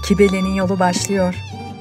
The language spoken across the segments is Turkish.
Kibele'nin yolu başlıyor.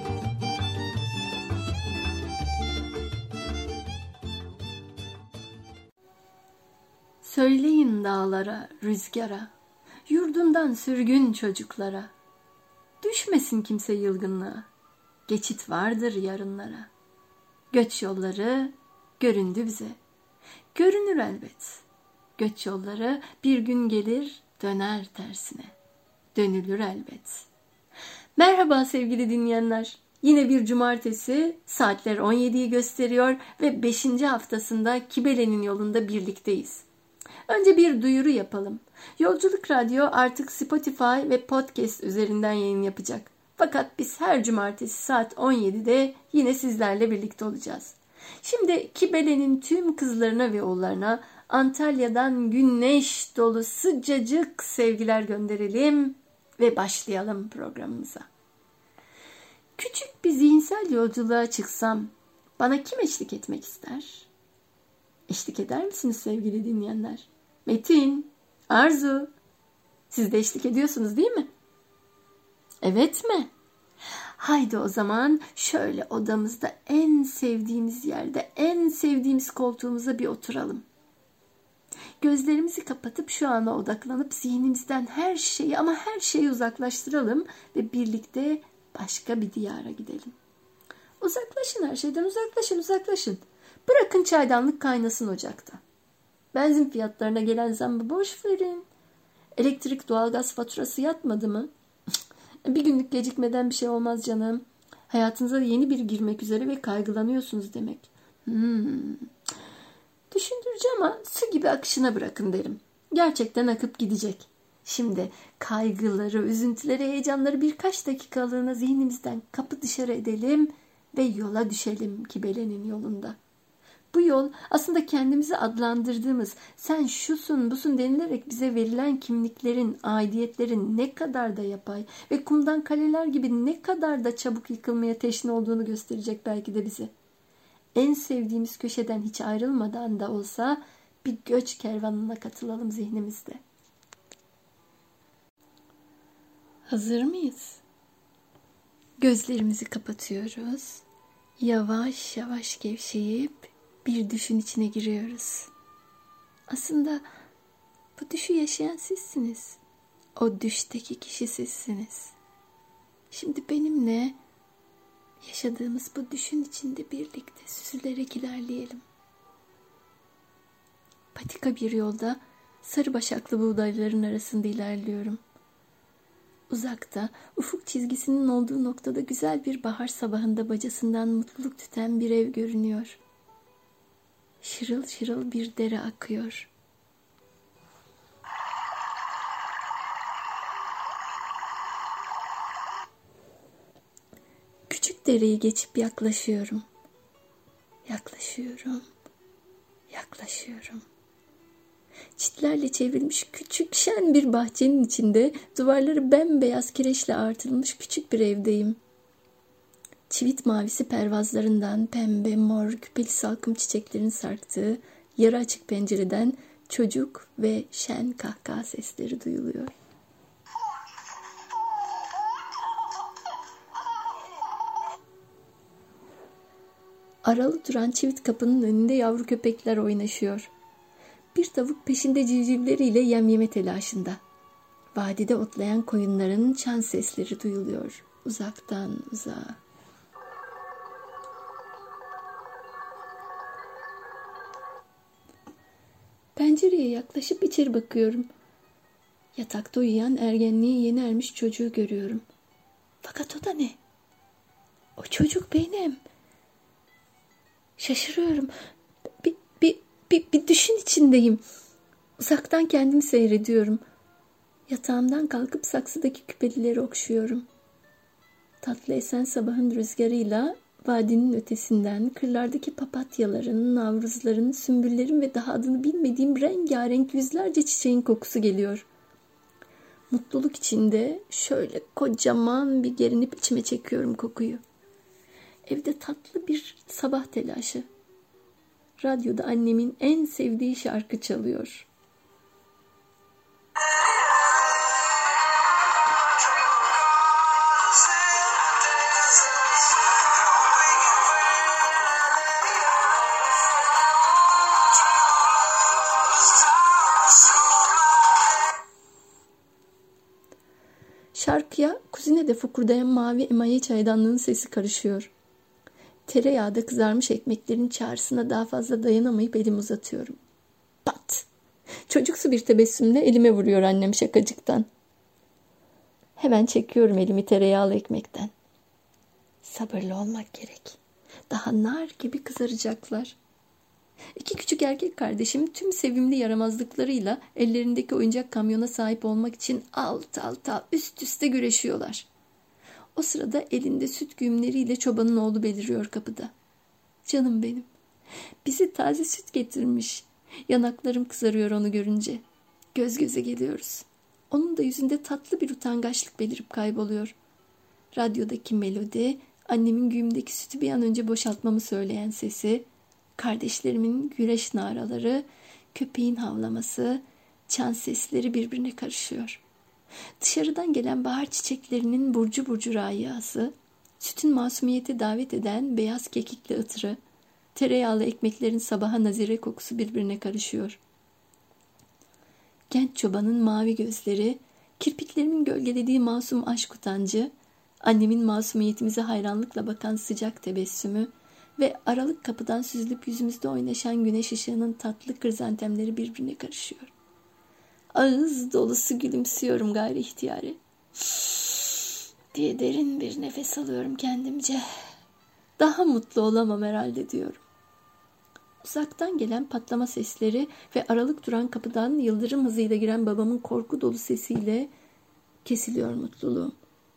Söyleyin dağlara, rüzgara, yurdundan sürgün çocuklara. Düşmesin kimse yılgınlığa, geçit vardır yarınlara. Göç yolları göründü bize, görünür elbet. Göç yolları bir gün gelir döner tersine, dönülür elbet. Merhaba sevgili dinleyenler. Yine bir cumartesi, saatler 17'yi gösteriyor ve 5. haftasında Kibele'nin yolunda birlikteyiz. Önce bir duyuru yapalım. Yolculuk Radyo artık Spotify ve podcast üzerinden yayın yapacak. Fakat biz her cumartesi saat 17'de yine sizlerle birlikte olacağız. Şimdi Kibele'nin tüm kızlarına ve oğullarına Antalya'dan güneş dolu sıcacık sevgiler gönderelim ve başlayalım programımıza. Küçük bir zihinsel yolculuğa çıksam bana kim eşlik etmek ister? Eşlik eder misiniz sevgili dinleyenler? Metin, Arzu, siz de eşlik ediyorsunuz değil mi? Evet mi? Haydi o zaman şöyle odamızda en sevdiğimiz yerde, en sevdiğimiz koltuğumuza bir oturalım. Gözlerimizi kapatıp şu ana odaklanıp zihnimizden her şeyi ama her şeyi uzaklaştıralım ve birlikte başka bir diyara gidelim. Uzaklaşın her şeyden, uzaklaşın. Bırakın çaydanlık kaynasın ocakta. Benzin fiyatlarına gelen zammı boş verin. Elektrik, doğalgaz faturası yatmadı mı? Bir günlük gecikmeden bir şey olmaz canım. Hayatınıza yeni biri girmek üzere ve kaygılanıyorsunuz demek. Düşündürücü ama su gibi akışına bırakın derim. Gerçekten akıp gidecek. Şimdi kaygıları, üzüntüleri, heyecanları birkaç dakikalığına zihnimizden kapı dışarı edelim ve yola düşelim Kibele'nin yolunda. Bu yol aslında kendimizi adlandırdığımız sen şusun busun denilerek bize verilen kimliklerin, aidiyetlerin ne kadar da yapay ve kumdan kaleler gibi ne kadar da çabuk yıkılmaya teşne olduğunu gösterecek belki de bize. En sevdiğimiz köşeden hiç ayrılmadan da olsa bir göç kervanına katılalım zihnimizde. Hazır mıyız? Gözlerimizi kapatıyoruz. Yavaş yavaş gevşeyip bir düşün içine giriyoruz. Aslında bu düşü yaşayan sizsiniz. O düşteki kişi sizsiniz. Şimdi benimle yaşadığımız bu düşün içinde birlikte süzülerek ilerleyelim. Patika bir yolda sarı başaklı buğdayların arasında ilerliyorum. Uzakta, ufuk çizgisinin olduğu noktada güzel bir bahar sabahında bacasından mutluluk tüten bir ev görünüyor. Şırıl şırıl bir dere akıyor. Küçük dereyi geçip yaklaşıyorum. Yaklaşıyorum. Çitlerle çevrilmiş küçük şen bir bahçenin içinde duvarları bembeyaz kireçle artırılmış küçük bir evdeyim. Çivit mavisi pervazlarından pembe, mor, küpeli salkım çiçeklerin sarktığı yarı açık pencereden çocuk ve şen kahkaha sesleri duyuluyor. Aralı duran çivit kapının önünde yavru köpekler oynaşıyor. Bir tavuk peşinde civcivleriyle yemyeme telaşında. Vadide otlayan koyunların çan sesleri duyuluyor uzaktan uzağa. Pencereye yaklaşıp içeri bakıyorum. Yatakta uyuyan ergenliğe yeni ermiş çocuğu görüyorum. Fakat o da ne? O çocuk benim. Şaşırıyorum. Bir düşün içindeyim. Uzaktan kendimi seyrediyorum. Yatağımdan kalkıp saksıdaki küpelileri okşuyorum. Tatlı esen sabahın rüzgarıyla vadinin ötesinden kırlardaki papatyaların, navruzların, sümbüllerin ve daha adını bilmediğim rengarenk yüzlerce çiçeğin kokusu geliyor. Mutluluk içinde şöyle kocaman bir gerinip içime çekiyorum kokuyu. Evde tatlı bir sabah telaşı. Radyoda annemin en sevdiği şarkı çalıyor. Şarkıya kuzinede fokurdayan mavi emaye çaydanlığın sesi karışıyor. Tereyağda kızarmış ekmeklerin çağrısına daha fazla dayanamayıp elimi uzatıyorum. Pat! Çocuksu bir tebessümle elime vuruyor annem şakacıktan. Hemen çekiyorum elimi tereyağlı ekmekten. Sabırlı olmak gerek. Daha nar gibi kızaracaklar. İki küçük erkek kardeşim tüm sevimli yaramazlıklarıyla ellerindeki oyuncak kamyona sahip olmak için alt alta üst üste güreşiyorlar. O sırada elinde süt güğümleriyle çobanın oğlu beliriyor kapıda. Canım benim. Bize taze süt getirmiş. Yanaklarım kızarıyor onu görünce. Göz göze geliyoruz. Onun da yüzünde tatlı bir utangaçlık belirip kayboluyor. Radyodaki melodi, annemin güğümdeki sütü bir an önce boşaltmamı söyleyen sesi, kardeşlerimin güreş naraları, köpeğin havlaması, çan sesleri birbirine karışıyor. Dışarıdan gelen bahar çiçeklerinin burcu burcu rayası, sütün masumiyete davet eden beyaz kekikli ıtırı, tereyağlı ekmeklerin sabaha nazire kokusu birbirine karışıyor. Genç çobanın mavi gözleri, kirpiklerimin gölgelediği masum aşk utancı, annemin masumiyetimize hayranlıkla bakan sıcak tebessümü ve aralık kapıdan süzülüp yüzümüzde oynaşan güneş ışığının tatlı krizantemleri birbirine karışıyor. Ağız dolusu gülümsüyorum gayri ihtiyari. Diye derin bir nefes alıyorum kendimce. Daha mutlu olamam herhalde diyorum. Uzaktan gelen patlama sesleri ve aralık duran kapıdan yıldırım hızıyla giren babamın korku dolu sesiyle kesiliyor mutluluğum.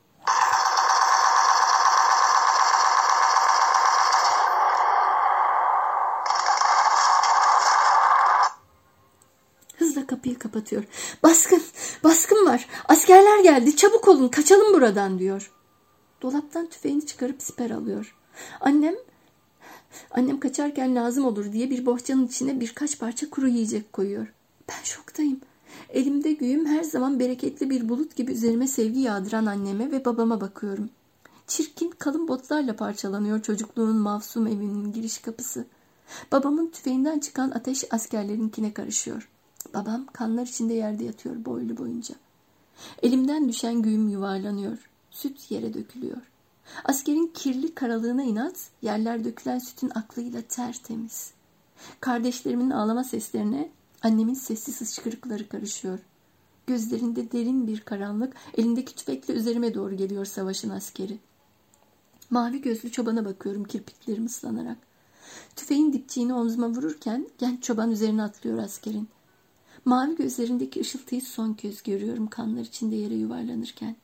Hızla kapıyı kapatıyor. Baskın, baskın var. Askerler geldi. Çabuk olun, kaçalım buradan diyor. Dolaptan tüfeğini çıkarıp siper alıyor. Annem kaçarken lazım olur diye bir bohçanın içine birkaç parça kuru yiyecek koyuyor. Ben şoktayım. Elimde güğüm her zaman bereketli bir bulut gibi üzerime sevgi yağdıran anneme ve babama bakıyorum. Çirkin kalın botlarla parçalanıyor çocukluğun mavsum evinin giriş kapısı. Babamın tüfeğinden çıkan ateş askerlerinkine karışıyor. Babam kanlar içinde yerde yatıyor boylu boyunca. Elimden düşen güğüm yuvarlanıyor. Süt yere dökülüyor. Askerin kirli karalığına inat, yerler dökülen sütün aklıyla tertemiz. Kardeşlerimin ağlama seslerine annemin sessiz hıçkırıkları karışıyor. Gözlerinde derin bir karanlık, elindeki tüfekle üzerime doğru geliyor savaşın askeri. Mavi gözlü çobana bakıyorum kirpiklerim ıslanarak. Tüfeğin dipçiğini omzuma vururken genç çoban üzerine atlıyor askerin. Mavi gözlerindeki ışıltıyı son kez görüyorum kanlar içinde yere yuvarlanırken.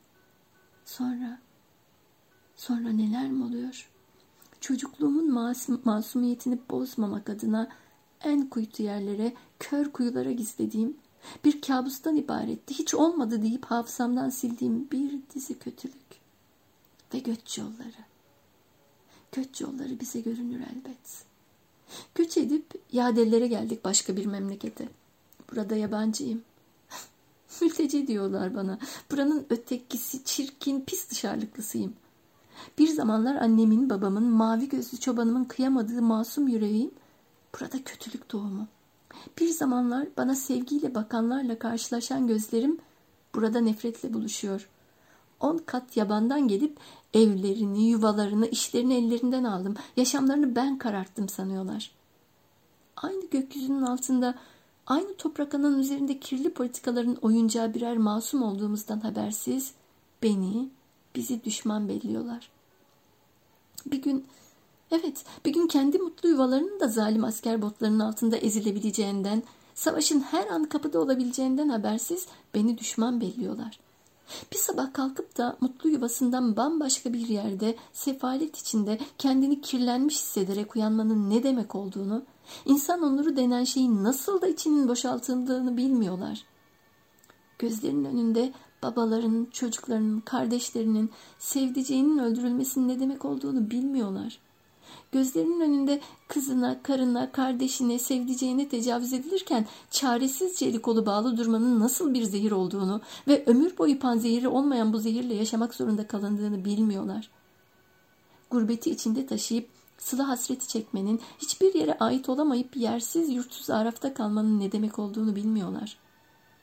Sonra neler mi oluyor? Çocukluğumun masumiyetini bozmamak adına en kuytu yerlere, kör kuyulara gizlediğim, bir kabustan ibaretti, hiç olmadı deyip hafızamdan sildiğim bir dizi kötülük. Ve göç yolları. Göç yolları bize görünür elbet. Göç edip yadelere geldik başka bir memlekete. Burada yabancıyım. Mülteci diyorlar bana. Buranın ötekisi, çirkin, pis dışarılıklısıyım. Bir zamanlar annemin, babamın, mavi gözlü çobanımın kıyamadığı masum yüreğim, burada kötülük doğumu. Bir zamanlar bana sevgiyle bakanlarla karşılaşan gözlerim, burada nefretle buluşuyor. 10 kat yabandan gelip evlerini, yuvalarını, işlerini ellerinden aldım. Yaşamlarını ben kararttım sanıyorlar. Aynı gökyüzünün altında, aynı toprak ananın üzerinde kirli politikaların oyuncağı birer masum olduğumuzdan habersiz, bizi düşman belliyorlar. Bir gün kendi mutlu yuvalarının da zalim asker botlarının altında ezilebileceğinden, savaşın her an kapıda olabileceğinden habersiz beni düşman belliyorlar. Bir sabah kalkıp da mutlu yuvasından bambaşka bir yerde, sefalet içinde kendini kirlenmiş hissederek uyanmanın ne demek olduğunu, insan onuru denen şeyin nasıl da içinin boşaltıldığını bilmiyorlar. Gözlerinin önünde babalarının, çocuklarının, kardeşlerinin, sevdiceğinin öldürülmesinin ne demek olduğunu bilmiyorlar. Gözlerinin önünde kızına, karına, kardeşine, sevdiceğine tecavüz edilirken çaresizce eli kolu bağlı durmanın nasıl bir zehir olduğunu ve ömür boyu panzehiri olmayan bu zehirle yaşamak zorunda kalındığını bilmiyorlar. Gurbeti içinde taşıyıp sıla hasreti çekmenin, hiçbir yere ait olamayıp yersiz yurtsuz arafta kalmanın ne demek olduğunu bilmiyorlar.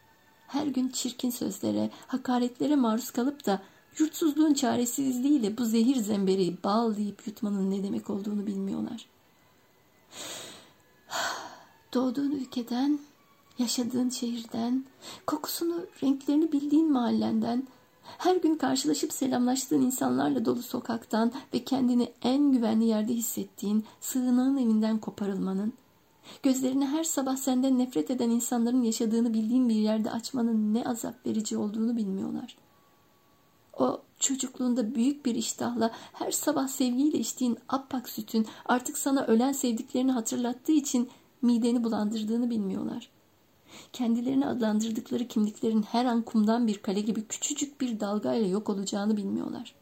her gün çirkin sözlere, hakaretlere maruz kalıp da yurtsuzluğun çaresizliğiyle bu zehir zembereği bağlayıp yutmanın ne demek olduğunu bilmiyorlar. Doğduğun ülkeden, yaşadığın şehirden, kokusunu, renklerini bildiğin mahallenden, her gün karşılaşıp selamlaştığın insanlarla dolu sokaktan ve kendini en güvenli yerde hissettiğin sığınağın evinden koparılmanın, gözlerini her sabah senden nefret eden insanların yaşadığını bildiğin bir yerde açmanın ne azap verici olduğunu bilmiyorlar. O çocukluğunda büyük bir iştahla her sabah sevgiyle içtiğin appak sütün artık sana ölen sevdiklerini hatırlattığı için mideni bulandırdığını bilmiyorlar. Kendilerini adlandırdıkları kimliklerin her an kumdan bir kale gibi küçücük bir dalgayla yok olacağını bilmiyorlar.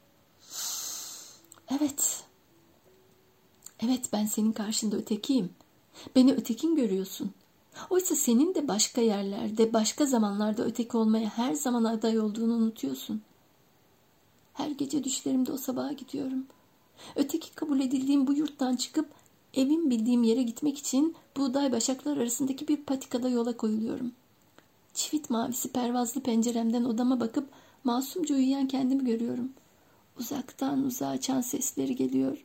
Evet, ben senin karşında ötekiyim. Beni ötekin görüyorsun. Oysa senin de başka yerlerde, başka zamanlarda öteki olmaya her zaman aday olduğunu unutuyorsun. Her gece düşlerimde o sabaha gidiyorum. Öteki kabul edildiğim bu yurttan çıkıp evim bildiğim yere gitmek için buğday başaklar arasındaki bir patikada yola koyuluyorum. Çivit mavisi pervazlı penceremden odama bakıp masumca uyuyan kendimi görüyorum. Uzaktan uzağa çan sesleri geliyor.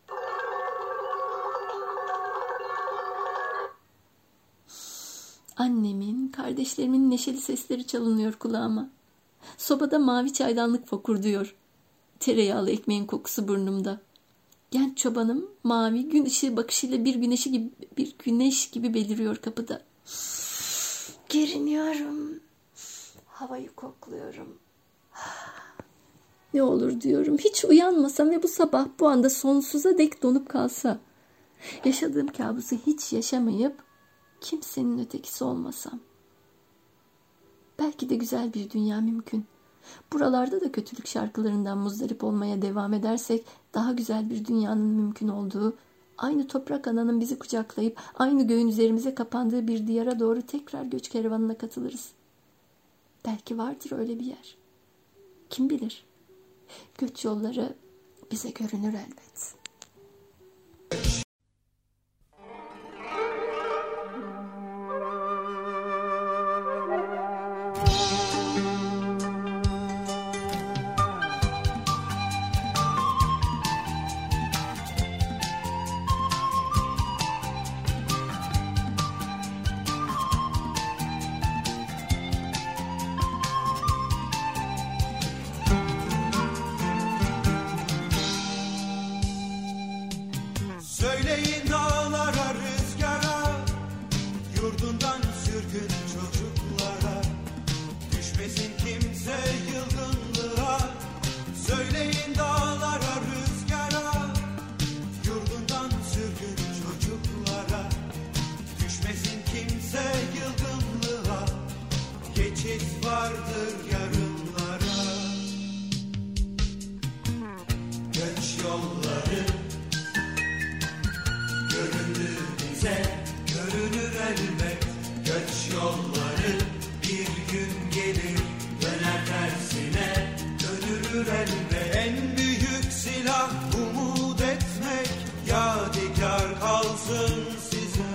Annemin, kardeşlerimin neşeli sesleri çalınıyor kulağıma. Sobada mavi çaydanlık fokurduyor. Tereyağlı ekmeğin kokusu burnumda. Genç çobanım mavi gün ışığı bakışıyla bir güneş gibi beliriyor kapıda. Geriniyorum. Havayı kokluyorum. Ne olur diyorum. Hiç uyanmasam ve bu sabah bu anda sonsuza dek donup kalsa. Yaşadığım kabusu hiç yaşamayıp kimsenin ötekisi olmasam. Belki de güzel bir dünya mümkün. Buralarda da kötülük şarkılarından muzdarip olmaya devam edersek daha güzel bir dünyanın mümkün olduğu, aynı toprak ananın bizi kucaklayıp aynı göğün üzerimize kapandığı bir diyara doğru tekrar göç kervanına katılırız. Belki vardır öyle bir yer. Kim bilir? Göç yolları bize görünür elbet. Söyleyin dağlara, rüzgara, yurdundan sürgün çocuklara, düşmesin kimse yılgınlığa. Söyleyin dağlara, rüzgara, yurdundan sürgün çocuklara, düşmesin kimse yılgınlığa. Geçit vardır yarınlara, göç yolları göründü bize, görünür elbet. Göç yolları bir gün gelir, döner tersine, dönülür elbet. En büyük silah umut etmek, yadigar kalsın size.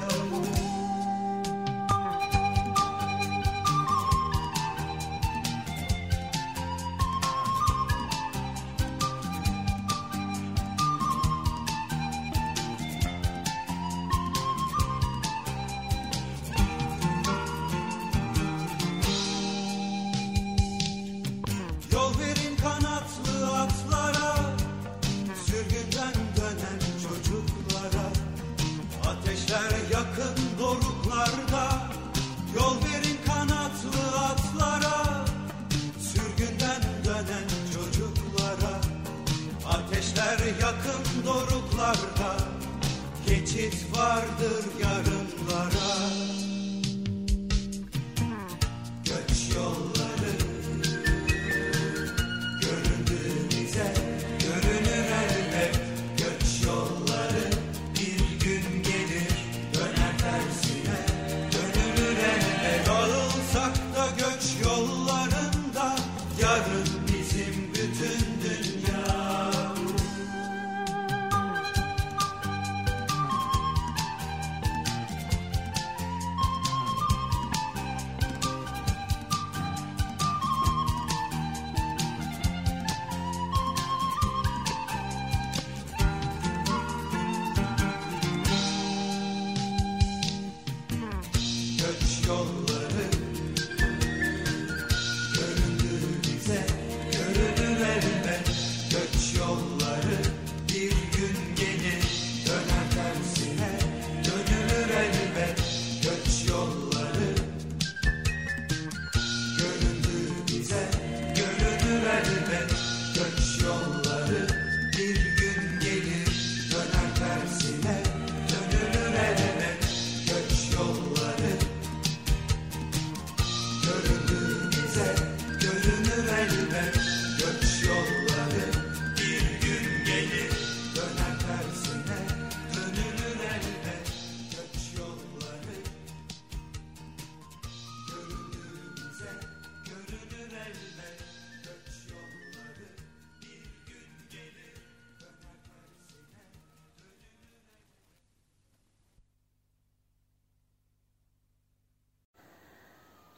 Yol verin kanatlı atlara, sürgünden dönen çocuklara. Ateşler yakın doruklarda. Yol verin kanatlı atlara, sürgünden dönen çocuklara. Ateşler yakın doruklarda. Geçit vardır yarınlara. Göç yolları göründü bize, görünür elbet. Göç yolları bir gün gelir, döner tersine, dönülür elbet. Dağılsak da göç yollarında, yarın bizim bütün dünya.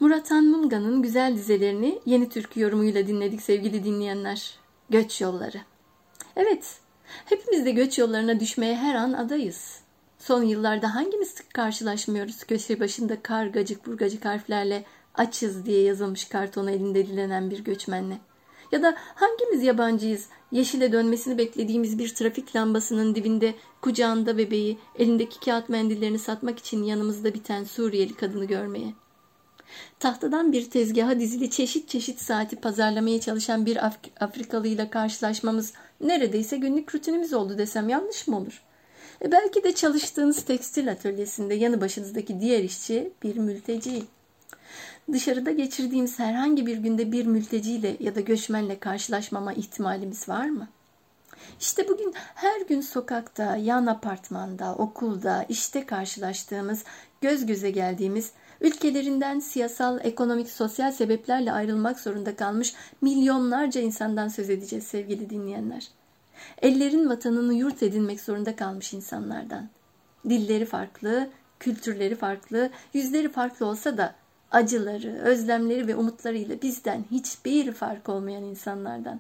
Murat Han Munga'nın güzel dizelerini yeni türkü yorumuyla dinledik sevgili dinleyenler. Göç yolları. Evet, hepimiz de göç yollarına düşmeye her an adayız. Son yıllarda hangimiz sık karşılaşmıyoruz köşe başında kargacık burgacık harflerle açız diye yazılmış kartonu elinde dilenen bir göçmenle? Ya da hangimiz yabancıyız yeşile dönmesini beklediğimiz bir trafik lambasının dibinde kucağında bebeği elindeki kağıt mendillerini satmak için yanımızda biten Suriyeli kadını görmeye? Tahtadan bir tezgaha dizili çeşit çeşit saati pazarlamaya çalışan bir Afrikalıyla karşılaşmamız neredeyse günlük rutinimiz oldu desem yanlış mı olur? Belki de çalıştığınız tekstil atölyesinde yanı başınızdaki diğer işçi bir mülteci. Dışarıda geçirdiğimiz herhangi bir günde bir mülteciyle ya da göçmenle karşılaşmama ihtimalimiz var mı? İşte bugün her gün sokakta, yan apartmanda, okulda, işte karşılaştığımız, göz göze geldiğimiz, ülkelerinden siyasal, ekonomik, sosyal sebeplerle ayrılmak zorunda kalmış milyonlarca insandan söz edeceğiz sevgili dinleyenler. Ellerin vatanını yurt edinmek zorunda kalmış insanlardan. Dilleri farklı, kültürleri farklı, yüzleri farklı olsa da acıları, özlemleri ve umutlarıyla bizden hiçbir fark olmayan insanlardan.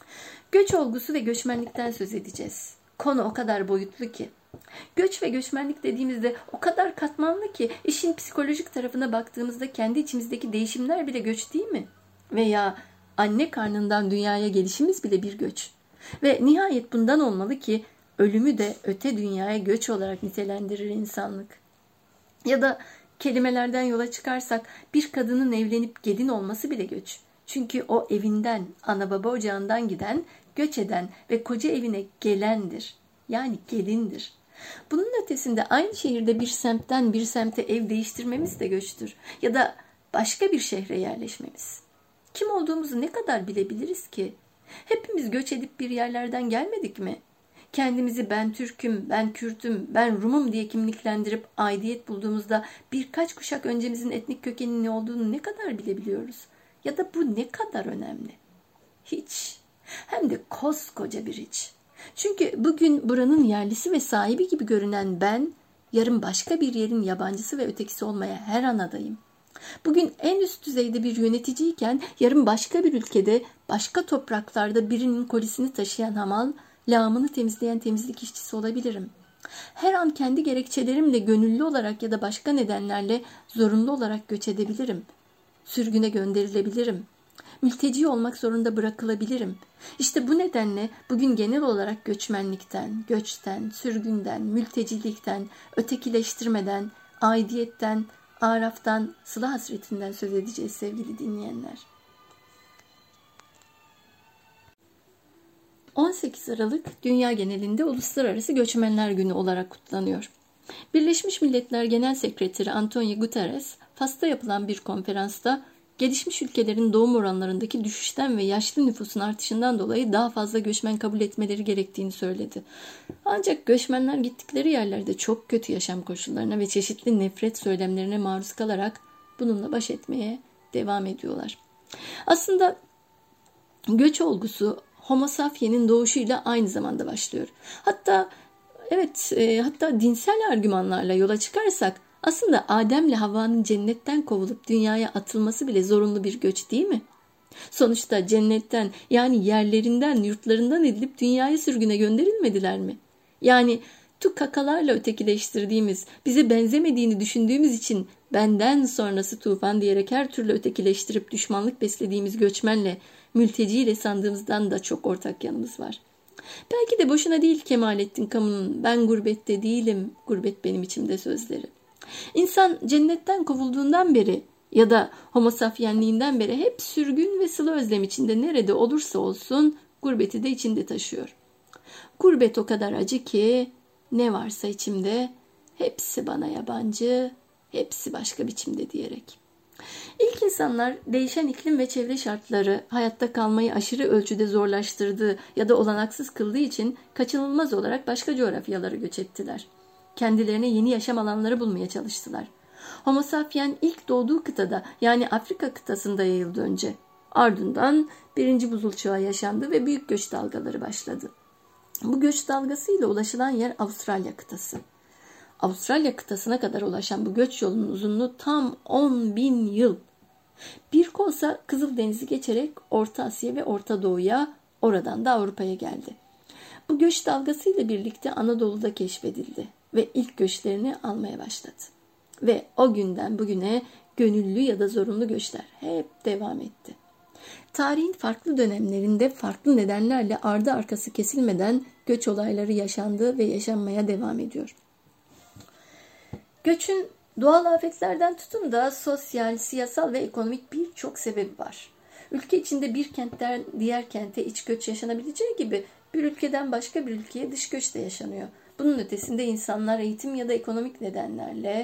Göç olgusu ve göçmenlikten söz edeceğiz. Konu o kadar boyutlu ki. Göç ve göçmenlik dediğimizde o kadar katmanlı ki işin psikolojik tarafına baktığımızda kendi içimizdeki değişimler bile göç değil mi? Veya anne karnından dünyaya gelişimiz bile bir göç. Ve nihayet bundan olmalı ki ölümü de öte dünyaya göç olarak nitelendirir insanlık. Ya da kelimelerden yola çıkarsak bir kadının evlenip gelin olması bile göç. Çünkü o evinden, ana baba ocağından giden, göç eden ve koca evine gelendir. Yani gelindir. Bunun ötesinde aynı şehirde bir semtten bir semte ev değiştirmemiz de göçtür. Ya da başka bir şehre yerleşmemiz. Kim olduğumuzu ne kadar bilebiliriz ki? Hepimiz göç edip bir yerlerden gelmedik mi? Kendimizi ben Türk'üm, ben Kürt'üm, ben Rum'um diye kimliklendirip aidiyet bulduğumuzda birkaç kuşak öncemizin etnik kökeninin ne olduğunu ne kadar bilebiliyoruz? Ya da bu ne kadar önemli? Hiç. Hem de koskoca bir hiç. Çünkü bugün buranın yerlisi ve sahibi gibi görünen ben, yarın başka bir yerin yabancısı ve ötekisi olmaya her an adayım. Bugün en üst düzeyde bir yöneticiyken yarın başka bir ülkede, başka topraklarda birinin kolisini taşıyan hamal, lağımını temizleyen temizlik işçisi olabilirim. Her an kendi gerekçelerimle gönüllü olarak ya da başka nedenlerle zorunlu olarak göç edebilirim. Sürgüne gönderilebilirim. Mülteci olmak zorunda bırakılabilirim. İşte bu nedenle bugün genel olarak göçmenlikten, göçten, sürgünden, mültecilikten, ötekileştirmeden, aidiyetten, araftan, sıla hasretinden söz edeceğiz sevgili dinleyenler. 18 Aralık dünya genelinde Uluslararası Göçmenler Günü olarak kutlanıyor. Birleşmiş Milletler Genel Sekreteri Antonio Guterres, Fas'ta yapılan bir konferansta gelişmiş ülkelerin doğum oranlarındaki düşüşten ve yaşlı nüfusun artışından dolayı daha fazla göçmen kabul etmeleri gerektiğini söyledi. Ancak göçmenler gittikleri yerlerde çok kötü yaşam koşullarına ve çeşitli nefret söylemlerine maruz kalarak bununla baş etmeye devam ediyorlar. Aslında göç olgusu Homo sapiens'in doğuşuyla aynı zamanda başlıyor. Hatta dinsel argümanlarla yola çıkarsak aslında Adem'le Havva'nın cennetten kovulup dünyaya atılması bile zorunlu bir göç değil mi? Sonuçta cennetten yani yerlerinden, yurtlarından edilip dünyaya sürgüne gönderilmediler mi? Yani tukakalarla ötekileştirdiğimiz, bize benzemediğini düşündüğümüz için benden sonrası tufan diyerek her türlü ötekileştirip düşmanlık beslediğimiz göçmenle, mülteciyle sandığımızdan da çok ortak yanımız var. Belki de boşuna değil Kemalettin Kamun'un "ben gurbette değilim, gurbet benim içimde" sözleri. İnsan cennetten kovulduğundan beri ya da homo sapienliğinden beri hep sürgün ve sıla özlem içinde nerede olursa olsun gurbeti de içinde taşıyor. Gurbet o kadar acı ki ne varsa içimde hepsi bana yabancı, hepsi başka biçimde diyerek. İlk insanlar değişen iklim ve çevre şartları hayatta kalmayı aşırı ölçüde zorlaştırdığı ya da olanaksız kıldığı için kaçınılmaz olarak başka coğrafyalara göç ettiler. Kendilerine yeni yaşam alanları bulmaya çalıştılar. Homo sapien ilk doğduğu kıtada yani Afrika kıtasında yayıldı önce. Ardından 1. buzul çağı yaşandı ve büyük göç dalgaları başladı. Bu göç dalgasıyla ulaşılan yer Avustralya kıtası. Avustralya kıtasına kadar ulaşan bu göç yolunun uzunluğu tam 10.000 yıl. Bir kolsa Kızıldeniz'i geçerek Orta Asya ve Orta Doğu'ya, oradan da Avrupa'ya geldi. Bu göç dalgasıyla birlikte Anadolu'da keşfedildi ve ilk göçlerini almaya başladı. Ve o günden bugüne gönüllü ya da zorunlu göçler hep devam etti. Tarihin farklı dönemlerinde farklı nedenlerle ardı arkası kesilmeden göç olayları yaşandı ve yaşanmaya devam ediyor. Göçün doğal afetlerden tutun da sosyal, siyasal ve ekonomik birçok sebebi var. Ülke içinde bir kentten diğer kente iç göç yaşanabileceği gibi bir ülkeden başka bir ülkeye dış göç de yaşanıyor. Bunun ötesinde insanlar eğitim ya da ekonomik nedenlerle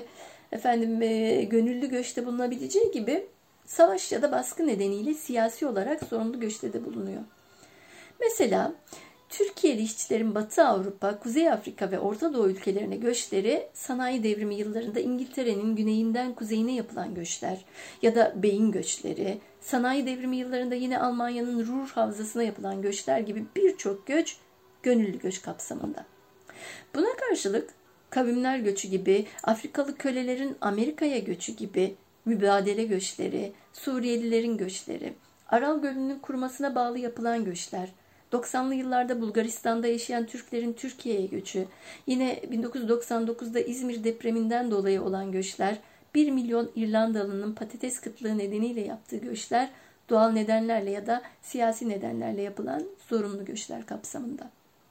gönüllü göçte bulunabileceği gibi savaş ya da baskı nedeniyle siyasi olarak zorunlu göçte de bulunuyor. Mesela Türkiye'li işçilerin Batı Avrupa, Kuzey Afrika ve Orta Doğu ülkelerine göçleri sanayi devrimi yıllarında İngiltere'nin güneyinden kuzeyine yapılan göçler ya da beyin göçleri, sanayi devrimi yıllarında yine Almanya'nın Ruhr Havzası'na yapılan göçler gibi birçok göç gönüllü göç kapsamında. Buna karşılık kavimler göçü gibi, Afrikalı kölelerin Amerika'ya göçü gibi mübadele göçleri, Suriyelilerin göçleri, Aral Gölü'nün kurumasına bağlı yapılan göçler, 90'lı yıllarda Bulgaristan'da yaşayan Türklerin Türkiye'ye göçü, yine 1999'da İzmir depreminden dolayı olan göçler, 1 milyon İrlandalı'nın patates kıtlığı nedeniyle yaptığı göçler, doğal nedenlerle ya da siyasi nedenlerle yapılan zorunlu göçler kapsamında.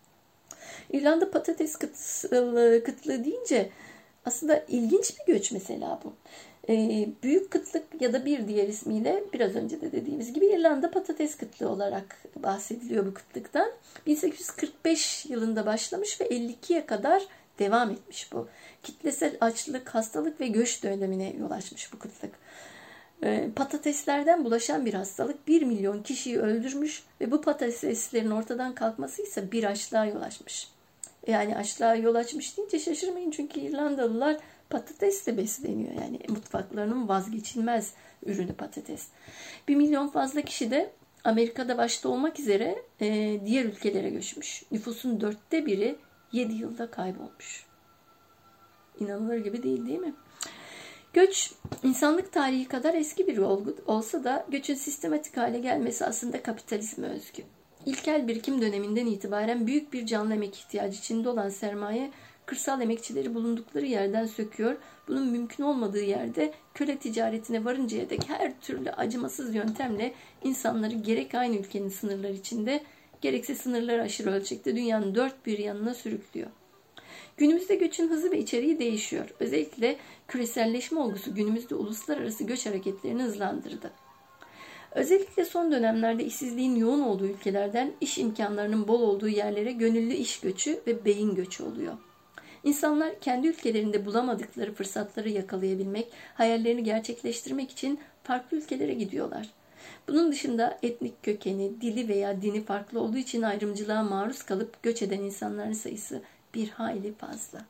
İrlanda patates kıtlığı deyince aslında ilginç bir göç mesela bu. Büyük kıtlık ya da bir diğer ismiyle biraz önce de dediğimiz gibi İrlanda patates kıtlığı olarak bahsediliyor bu kıtlıktan. 1845 yılında başlamış ve 52'ye kadar devam etmiş bu. Kitlesel açlık, hastalık ve göç dönemine yol açmış bu kıtlık. Patateslerden bulaşan bir hastalık 1 milyon kişiyi öldürmüş ve bu patateslerin ortadan kalkması ise bir açlığa yol açmış. Yani açlığa yol açmış deyince şaşırmayın çünkü İrlandalılar patatesle besleniyor. Yani mutfaklarının vazgeçilmez ürünü patates. 1 milyon fazla kişi de Amerika'da başta olmak üzere diğer ülkelere göçmüş. Nüfusun 1/4 7 yılda kaybolmuş. İnanılır gibi değil mi? Göç, insanlık tarihi kadar eski bir olgu olsa da göçün sistematik hale gelmesi aslında kapitalizme özgü. İlkel birikim döneminden itibaren büyük bir canlı emek ihtiyacı içinde olan sermaye, kırsal emekçileri bulundukları yerden söküyor. Bunun mümkün olmadığı yerde köle ticaretine varıncaya dek her türlü acımasız yöntemle insanları gerek aynı ülkenin sınırları içinde, gerekse sınırları aşırı ölçekte dünyanın dört bir yanına sürüklüyor. Günümüzde göçün hızı ve içeriği değişiyor. Özellikle küreselleşme olgusu günümüzde uluslararası göç hareketlerini hızlandırdı. Özellikle son dönemlerde işsizliğin yoğun olduğu ülkelerden iş imkanlarının bol olduğu yerlere gönüllü iş göçü ve beyin göçü oluyor. İnsanlar kendi ülkelerinde bulamadıkları fırsatları yakalayabilmek, hayallerini gerçekleştirmek için farklı ülkelere gidiyorlar. Bunun dışında etnik kökeni, dili veya dini farklı olduğu için ayrımcılığa maruz kalıp göç eden insanların sayısı bir hayli fazla.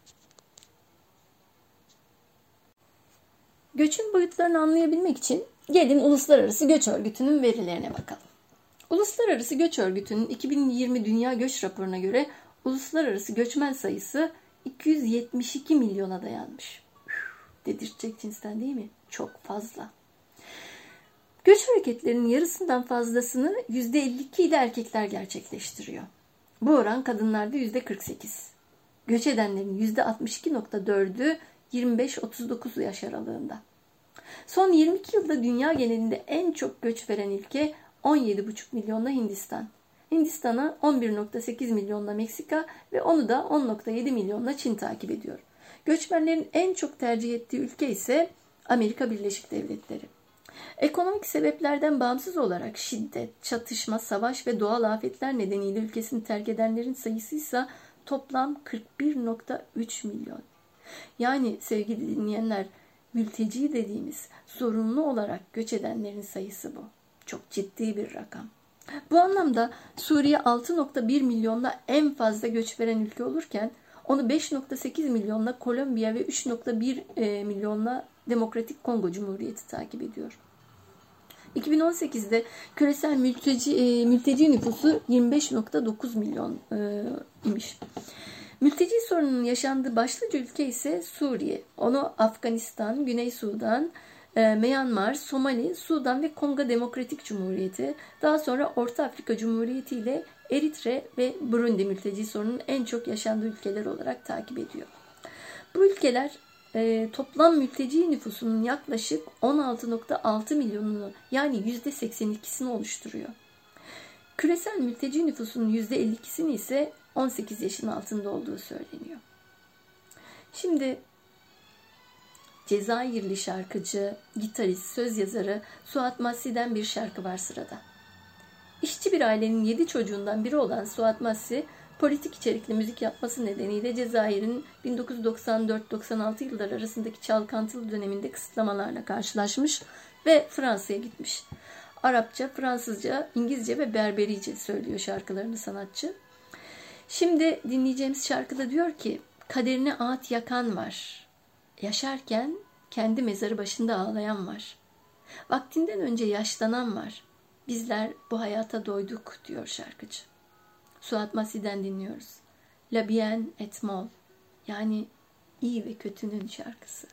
Göçün boyutlarını anlayabilmek için gelin Uluslararası Göç Örgütü'nün verilerine bakalım. Uluslararası Göç Örgütü'nün 2020 Dünya Göç Raporu'na göre uluslararası göçmen sayısı 272 milyona dayanmış. Dedirtecek cinsten değil mi? Çok fazla. Göç hareketlerinin yarısından fazlasını %52 ile erkekler gerçekleştiriyor. Bu oran kadınlarda %48. Göç edenlerin %62.4'ü 25-39 yaş aralığında. Son 22 yılda dünya genelinde en çok göç veren ülke 17,5 milyonla Hindistan. Hindistan'a 11,8 milyonla Meksika ve onu da 10,7 milyonla Çin takip ediyor. Göçmenlerin en çok tercih ettiği ülke ise Amerika Birleşik Devletleri. Ekonomik sebeplerden bağımsız olarak şiddet, çatışma, savaş ve doğal afetler nedeniyle ülkesini terk edenlerin sayısı ise toplam 41,3 milyon. Yani sevgili dinleyenler, mülteci dediğimiz zorunlu olarak göç edenlerin sayısı bu. Çok ciddi bir rakam. Bu anlamda Suriye 6,1 milyonla en fazla göç veren ülke olurken onu 5,8 milyonla Kolombiya ve 3,1 milyonla Demokratik Kongo Cumhuriyeti takip ediyor. 2018'de küresel mülteci nüfusu 25,9 milyon imiş. Mülteci sorununun yaşandığı başlıca ülke ise Suriye. Onu Afganistan, Güney Sudan, Myanmar, Somali, Sudan ve Kongo Demokratik Cumhuriyeti, daha sonra Orta Afrika Cumhuriyeti ile Eritre ve Burundi mülteci sorunun en çok yaşandığı ülkeler olarak takip ediyor. Bu ülkeler toplam mülteci nüfusunun yaklaşık 16,6 milyonunu yani %82'sini oluşturuyor. Küresel mülteci nüfusunun %52'sini ise 18 yaşın altında olduğu söyleniyor. Şimdi Cezayirli şarkıcı, gitarist, söz yazarı Suat Massi'den bir şarkı var sırada. İşçi bir ailenin 7 çocuğundan biri olan Suat Massi, politik içerikli müzik yapması nedeniyle Cezayir'in 1994-96 yılları arasındaki çalkantılı döneminde kısıtlamalarla karşılaşmış ve Fransa'ya gitmiş. Arapça, Fransızca, İngilizce ve Berberice söylüyor şarkılarını sanatçı. Şimdi dinleyeceğimiz şarkıda diyor ki, kaderine ağıt yakan var. Yaşarken kendi mezarı başında ağlayan var. Vaktinden önce yaşlanan var. Bizler bu hayata doyduk diyor şarkıcı. Suat Massi'den dinliyoruz. La bien et mal, yani iyi ve kötünün şarkısı.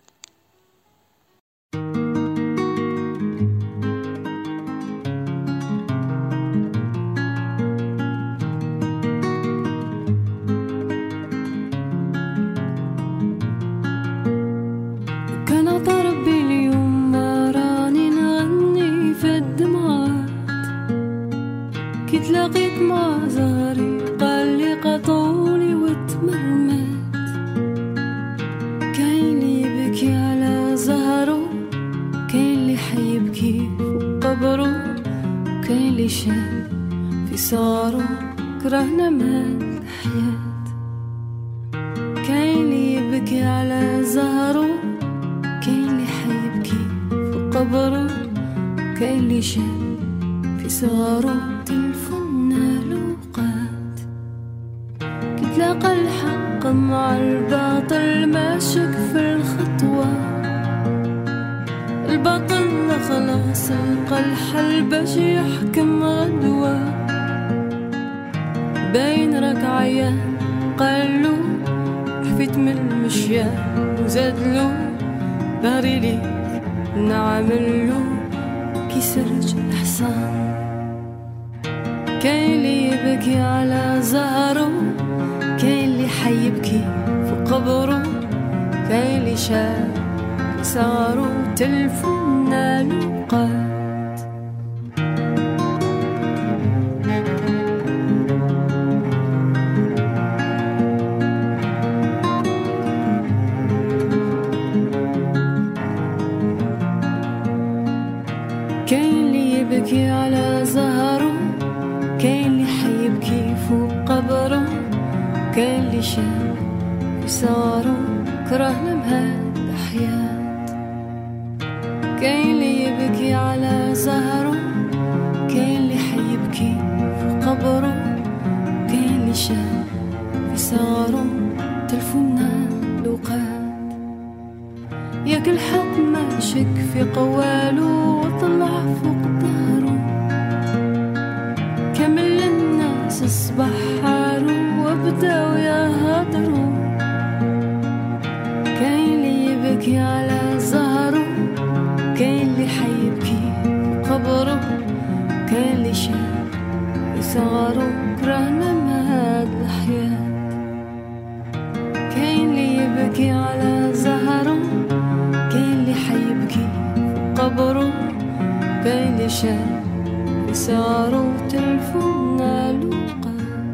لقيت مزاري قال لي قطولي وتمرمت كاين اللي يبكي على زهره كاين اللي حيبكي فوق قبره كاين اللي شاب في صاره كرهنا مال الحياة كاين اللي يبكي على زهره كاين اللي حيبكي فوق قبره كاين اللي شاب في صغاره تلفنا لوقات كتلاقى الحق مع الباطل ماشك في الخطوة الباطل خلاص لقى الحل باش يحكم غدوة باين راك عيان قالو حفيت من المشيان وزادلو بغري لي نعملو كي سرج الحصان كاين اللي يبكي على زهره كاين اللي حيبكي في قبره كاين اللي شاف صاروا تلفنا لوقات كاين اللي يبكي على زهره كاين اللي حيبكي فوق قبره كاين اللي شاف في صاره كرهنا بهاد الحياة كاين اللي يبكي على زهره كاين اللي حيبكي فوق قبره كاين اللي شاف في صاره تلفنا لوقات ياك الحق ماشك في قواله وطلع فوق ظهره كمل الناس اصبح حاله وبداو يهدروا كاين اللي يبكي على زهره كاين اللي حيبكي قبره كاين اللي شاف صغره كرهنا ما هاد الحياة كاين اللي يبكي على زهره كاين اللي حيبكي قبره كاين اللي شاف صغره تلفنا لوقات.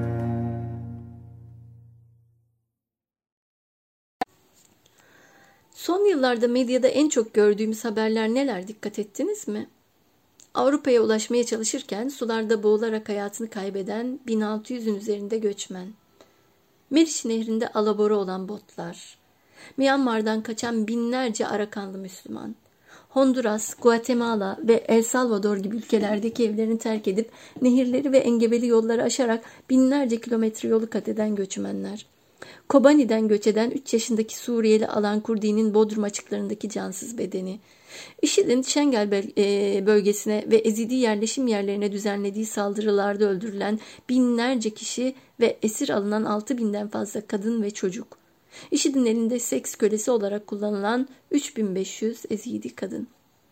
Son yıllarda medyada en çok gördüğümüz haberler neler, dikkat ettiniz mi? Avrupa'ya ulaşmaya çalışırken sularda boğularak hayatını kaybeden 1600'ün üzerinde göçmen. Meriç Nehri'nde alabora olan botlar. Myanmar'dan kaçan binlerce Arakanlı Müslüman. Honduras, Guatemala ve El Salvador gibi ülkelerdeki evlerini terk edip nehirleri ve engebeli yolları aşarak binlerce kilometre yolu kat eden göçmenler. Kobani'den göç eden 3 yaşındaki Suriyeli Alan Kurdi'nin Bodrum açıklarındaki cansız bedeni. IŞİD'in Şengel bölgesine ve Ezidi yerleşim yerlerine düzenlediği saldırılarda öldürülen binlerce kişi ve esir alınan 6000'den fazla kadın ve çocuk. IŞİD'in elinde seks kölesi olarak kullanılan 3500 Ezidi kadın.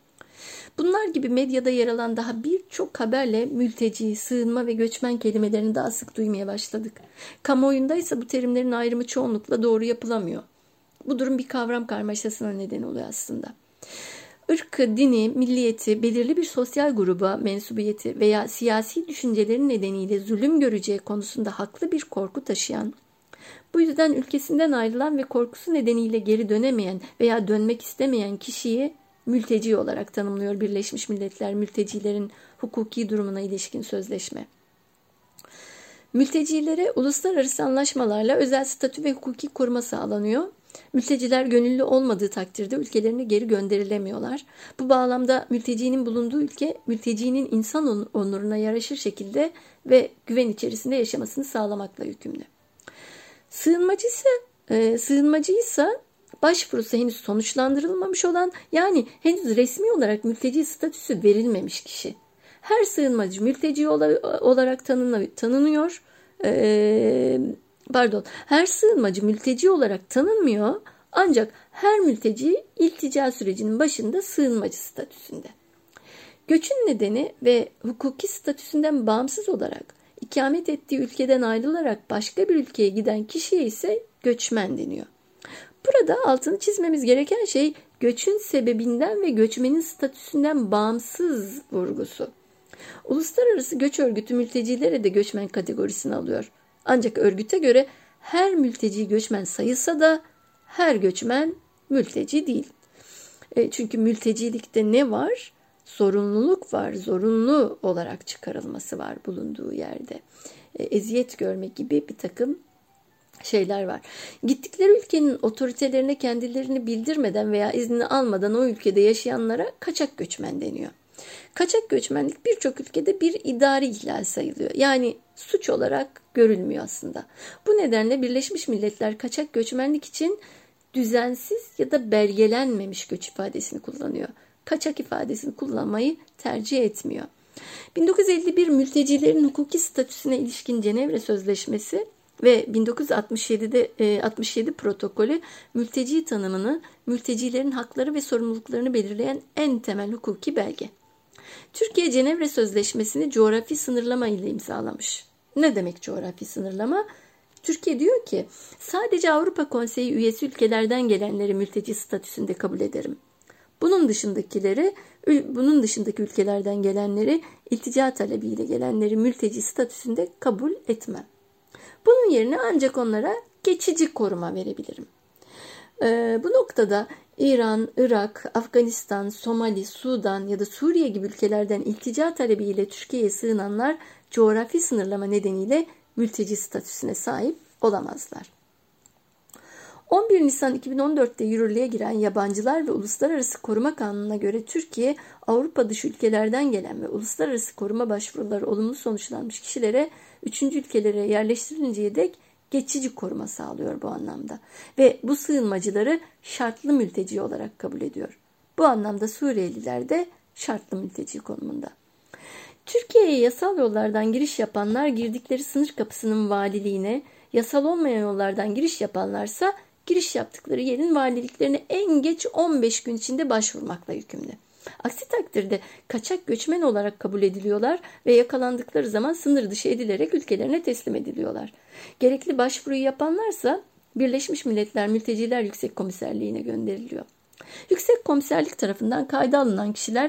Bunlar gibi medyada yer alan daha birçok haberle mülteci, sığınma ve göçmen kelimelerini daha sık duymaya başladık. Kamuoyunda ise bu terimlerin ayrımı çoğunlukla doğru yapılamıyor. Bu durum bir kavram karmaşasına neden oluyor aslında. Irkı, dini, milliyeti, belirli bir sosyal gruba mensubiyeti veya siyasi düşüncelerin nedeniyle zulüm göreceği konusunda haklı bir korku taşıyan, bu yüzden ülkesinden ayrılan ve korkusu nedeniyle geri dönemeyen veya dönmek istemeyen kişiyi mülteci olarak tanımlıyor Birleşmiş Milletler mültecilerin hukuki durumuna ilişkin sözleşme. Mültecilere uluslararası anlaşmalarla özel statü ve hukuki koruma sağlanıyor. Mülteciler gönüllü olmadığı takdirde ülkelerine geri gönderilemiyorlar. Bu bağlamda mültecinin bulunduğu ülke, mültecinin insan onuruna yaraşır şekilde ve güven içerisinde yaşamasını sağlamakla yükümlü. Sığınmacıysa başvurusu henüz sonuçlandırılmamış olan, yani henüz resmi olarak mülteci statüsü verilmemiş kişi. Her sığınmacı mülteci olarak tanınıyor. Her sığınmacı mülteci olarak tanınmıyor, ancak her mülteci iltica sürecinin başında sığınmacı statüsünde. Göçün nedeni ve hukuki statüsünden bağımsız olarak ikamet ettiği ülkeden ayrılarak başka bir ülkeye giden kişiye ise göçmen deniyor. Burada altını çizmemiz gereken şey göçün sebebinden ve göçmenin statüsünden bağımsız vurgusu. Uluslararası Göç Örgütü mültecilere de göçmen kategorisini alıyor. Ancak örgüte göre her mülteci göçmen sayılsa da her göçmen mülteci değil. Çünkü mültecilikte ne var? Zorunluluk var. Zorunlu olarak çıkarılması var bulunduğu yerde. Eziyet görme gibi bir takım şeyler var. Gittikleri ülkenin otoritelerine kendilerini bildirmeden veya izni almadan o ülkede yaşayanlara kaçak göçmen deniyor. Kaçak göçmenlik birçok ülkede bir idari ihlal sayılıyor. Yani suç olarak görülmüyor aslında. Bu nedenle Birleşmiş Milletler kaçak göçmenlik için düzensiz ya da belgelenmemiş göç ifadesini kullanıyor. Kaçak ifadesini kullanmayı tercih etmiyor. 1951 mültecilerin hukuki statüsüne ilişkin Cenevre Sözleşmesi ve 1967 protokolü mülteci tanımını, mültecilerin hakları ve sorumluluklarını belirleyen en temel hukuki belge. Türkiye Cenevre Sözleşmesi'ni coğrafi sınırlama ile imzalamış. Ne demek coğrafi sınırlama? Türkiye diyor ki sadece Avrupa Konseyi üyesi ülkelerden gelenleri mülteci statüsünde kabul ederim. Bunun dışındaki ülkelerden gelenleri, iltica talebiyle gelenleri mülteci statüsünde kabul etmem. Bunun yerine ancak onlara geçici koruma verebilirim. Bu noktada İran, Irak, Afganistan, Somali, Sudan ya da Suriye gibi ülkelerden iltica talebiyle Türkiye'ye sığınanlar coğrafi sınırlama nedeniyle mülteci statüsüne sahip olamazlar. 11 Nisan 2014'te yürürlüğe giren Yabancılar ve Uluslararası Koruma Kanunu'na göre Türkiye, Avrupa dışı ülkelerden gelen ve uluslararası koruma başvuruları olumlu sonuçlanmış kişilere 3. ülkelere yerleştirilinceye dek geçici koruma sağlıyor bu anlamda. Ve bu sığınmacıları şartlı mülteci olarak kabul ediyor. Bu anlamda Suriyeliler de şartlı mülteci konumunda. Türkiye'ye yasal yollardan giriş yapanlar girdikleri sınır kapısının valiliğine, yasal olmayan yollardan giriş yapanlarsa giriş yaptıkları yerin valiliklerine en geç 15 gün içinde başvurmakla yükümlü. Aksi takdirde kaçak göçmen olarak kabul ediliyorlar ve yakalandıkları zaman sınır dışı edilerek ülkelerine teslim ediliyorlar. Gerekli başvuruyu yapanlarsa Birleşmiş Milletler Mülteciler Yüksek Komiserliğine gönderiliyor. Yüksek Komiserlik tarafından kayda alınan kişiler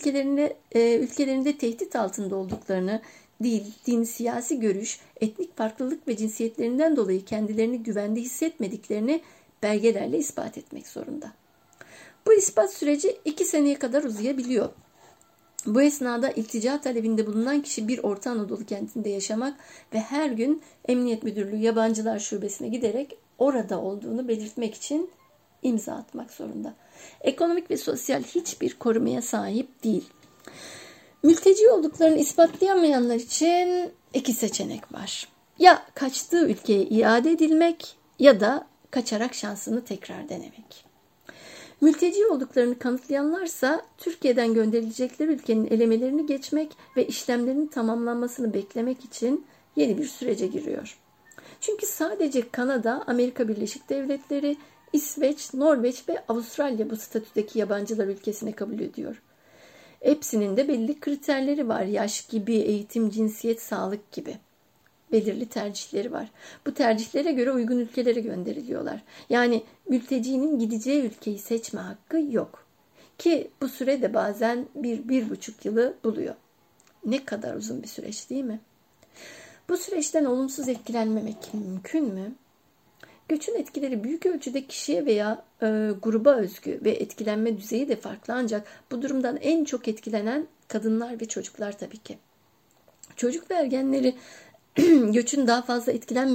ülkelerinde tehdit altında olduklarını, dil, din, siyasi görüş, etnik farklılık ve cinsiyetlerinden dolayı kendilerini güvende hissetmediklerini belgelerle ispat etmek zorunda. Bu ispat süreci 2 seneye kadar uzayabiliyor. Bu esnada iltica talebinde bulunan kişi bir Orta Anadolu kentinde yaşamak ve her gün Emniyet Müdürlüğü Yabancılar Şubesi'ne giderek orada olduğunu belirtmek için imza atmak zorunda. Ekonomik ve sosyal hiçbir korumaya sahip değil. Mülteci olduklarını ispatlayamayanlar için 2 seçenek var. Ya kaçtığı ülkeye iade edilmek ya da kaçarak şansını tekrar denemek. Mülteci olduklarını kanıtlayanlarsa Türkiye'den gönderilecekleri ülkenin elemelerini geçmek ve işlemlerinin tamamlanmasını beklemek için yeni bir sürece giriyor. Çünkü sadece Kanada, Amerika Birleşik Devletleri, İsveç, Norveç ve Avustralya bu statüdeki yabancılar ülkesine kabul ediyor. Hepsinin de belli kriterleri var. Yaş gibi, eğitim, cinsiyet, sağlık gibi. Belirli tercihleri var. Bu tercihlere göre uygun ülkelere gönderiliyorlar. Yani mültecinin gideceği ülkeyi seçme hakkı yok. Ki bu süre de bazen 1-1,5 yılı buluyor. Ne kadar uzun bir süreç değil mi? Bu süreçten olumsuz etkilenmemek mümkün mü? Göçün etkileri büyük ölçüde kişiye veya gruba özgü ve etkilenme düzeyi de farklı, ancak bu durumdan en çok etkilenen kadınlar ve çocuklar tabii ki. Çocuk ve ergenleri göçün daha fazla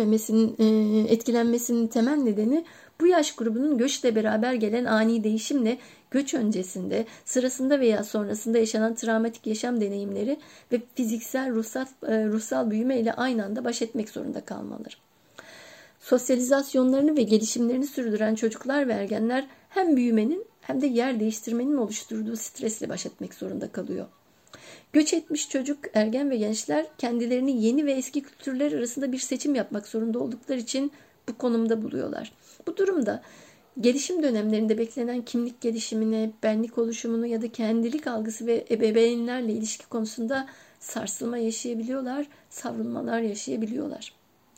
etkilenmesinin temel nedeni bu yaş grubunun göçle beraber gelen ani değişimle göç öncesinde, sırasında veya sonrasında yaşanan travmatik yaşam deneyimleri ve fiziksel, ruhsal büyüme ile aynı anda baş etmek zorunda kalmaları. Sosyalizasyonlarını ve gelişimlerini sürdüren çocuklar ve ergenler hem büyümenin hem de yer değiştirmenin oluşturduğu stresle baş etmek zorunda kalıyor. Göç etmiş çocuk, ergen ve gençler kendilerini yeni ve eski kültürler arasında bir seçim yapmak zorunda oldukları için bu konumda buluyorlar. Bu durumda gelişim dönemlerinde beklenen kimlik gelişimine, benlik oluşumunu ya da kendilik algısı ve ebeveynlerle ilişki konusunda sarsılma yaşayabiliyorlar, savrulmalar yaşayabiliyorlar.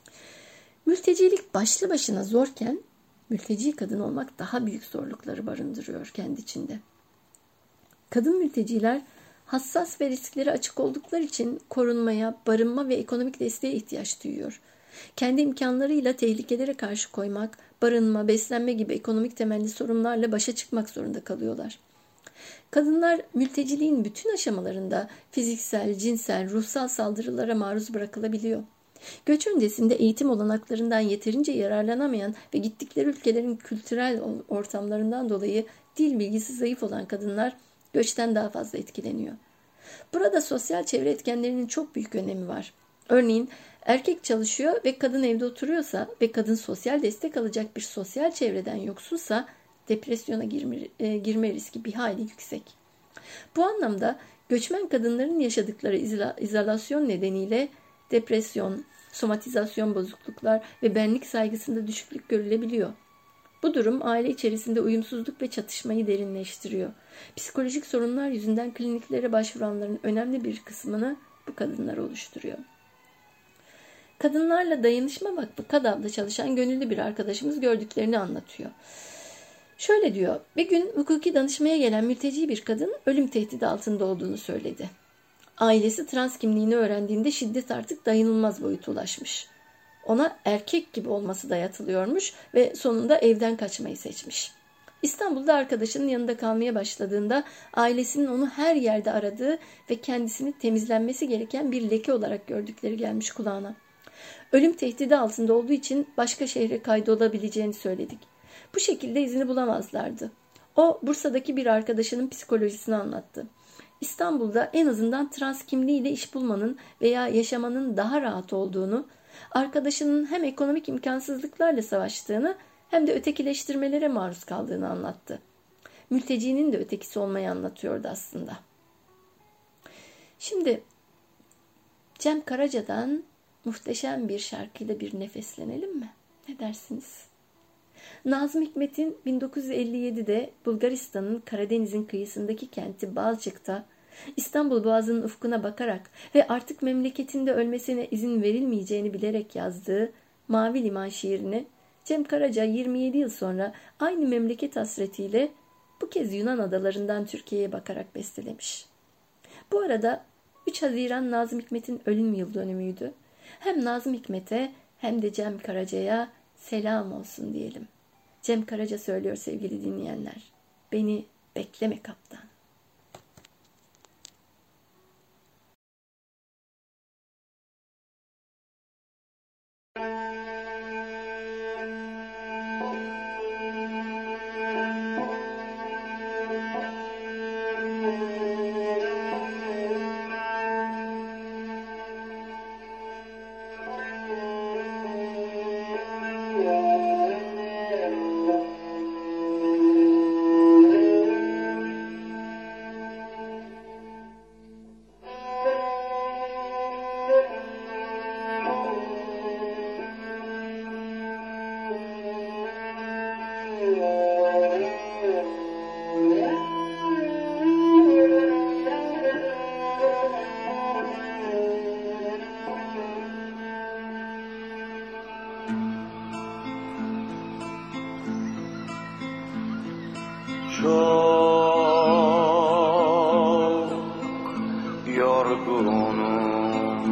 Mültecilik başlı başına zorken, mülteci kadın olmak daha büyük zorlukları barındırıyor kendi içinde. Kadın mülteciler hassas ve risklere açık oldukları için korunmaya, barınma ve ekonomik desteğe ihtiyaç duyuyor. Kendi imkanlarıyla tehlikelere karşı koymak, barınma, beslenme gibi ekonomik temelli sorunlarla başa çıkmak zorunda kalıyorlar. Kadınlar mülteciliğin bütün aşamalarında fiziksel, cinsel, ruhsal saldırılara maruz bırakılabiliyor. Göç öncesinde eğitim olanaklarından yeterince yararlanamayan ve gittikleri ülkelerin kültürel ortamlarından dolayı dil bilgisi zayıf olan kadınlar göçten daha fazla etkileniyor. Burada sosyal çevre etkenlerinin çok büyük önemi var. Örneğin erkek çalışıyor ve kadın evde oturuyorsa ve kadın sosyal destek alacak bir sosyal çevreden yoksulsa depresyona girme riski bir hayli yüksek. Bu anlamda göçmen kadınların yaşadıkları izolasyon nedeniyle depresyon, somatizasyon bozukluklar ve benlik saygısında düşüklük görülebiliyor. Bu durum aile içerisinde uyumsuzluk ve çatışmayı derinleştiriyor. Psikolojik sorunlar yüzünden kliniklere başvuranların önemli bir kısmını bu kadınlar oluşturuyor. Kadınlarla Dayanışma Vakfı KADAV'da çalışan gönüllü bir arkadaşımız gördüklerini anlatıyor. Şöyle diyor, bir gün hukuki danışmaya gelen mülteci bir kadın ölüm tehdidi altında olduğunu söyledi. Ailesi trans kimliğini öğrendiğinde şiddet artık dayanılmaz boyuta ulaşmış. Ona erkek gibi olması dayatılıyormuş ve sonunda evden kaçmayı seçmiş. İstanbul'da arkadaşının yanında kalmaya başladığında ailesinin onu her yerde aradığı ve kendisini temizlenmesi gereken bir leke olarak gördükleri gelmiş kulağına. Ölüm tehdidi altında olduğu için başka şehre kaydolabileceğini söyledik. Bu şekilde izini bulamazlardı. O Bursa'daki bir arkadaşının psikolojisini anlattı. İstanbul'da en azından trans kimliğiyle iş bulmanın veya yaşamanın daha rahat olduğunu, arkadaşının hem ekonomik imkansızlıklarla savaştığını hem de ötekileştirmelere maruz kaldığını anlattı. Mültecinin de ötekisi olmayı anlatıyordu aslında. Şimdi Cem Karaca'dan muhteşem bir şarkıyla bir nefeslenelim mi? Ne dersiniz? Nazım Hikmet'in 1957'de Bulgaristan'ın Karadeniz'in kıyısındaki kenti Balçık'ta İstanbul Boğazı'nın ufkuna bakarak ve artık memleketinde ölmesine izin verilmeyeceğini bilerek yazdığı Mavi Liman şiirini Cem Karaca 27 yıl sonra aynı memleket hasretiyle bu kez Yunan adalarından Türkiye'ye bakarak bestelemiş. Bu arada 3 Haziran Nazım Hikmet'in ölüm yıl dönümüydü. Hem Nazım Hikmet'e hem de Cem Karaca'ya selam olsun diyelim. Cem Karaca söylüyor sevgili dinleyenler. Beni bekleme kaptan. Çok yorgunum,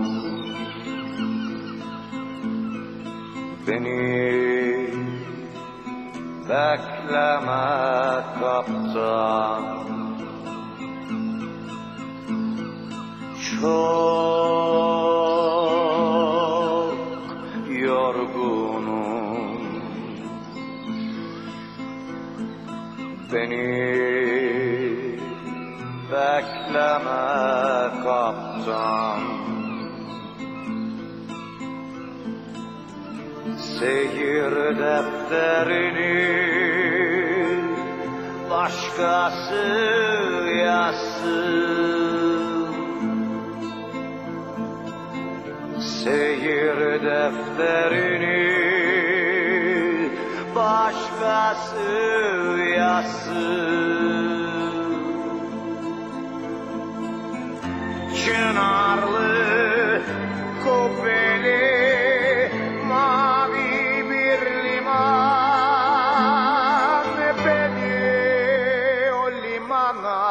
beni bekleme kaptan. Çok yorgunum, beni bekleme kaptan. Seyir defterini başkası yazsın. Seyir defterini başkası yazsın. Çınarlı, kubbeli, mavi bir liman, beni o limana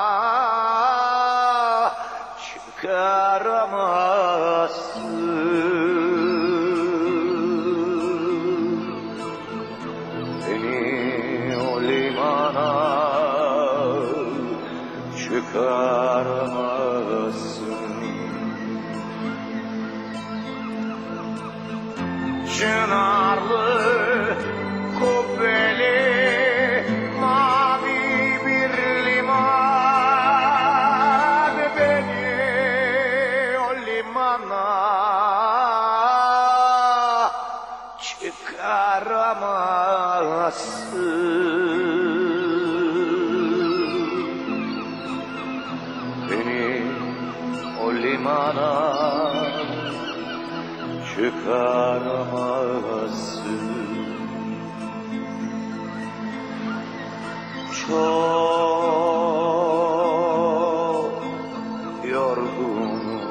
çıkaramazsın. Beni o limana çıkaramazsın. Çınarlı, kubbeli, mavi bir liman, beni o limana çıkaramazsın. Beni o limana çıkaramazsın. Çok yorgunum,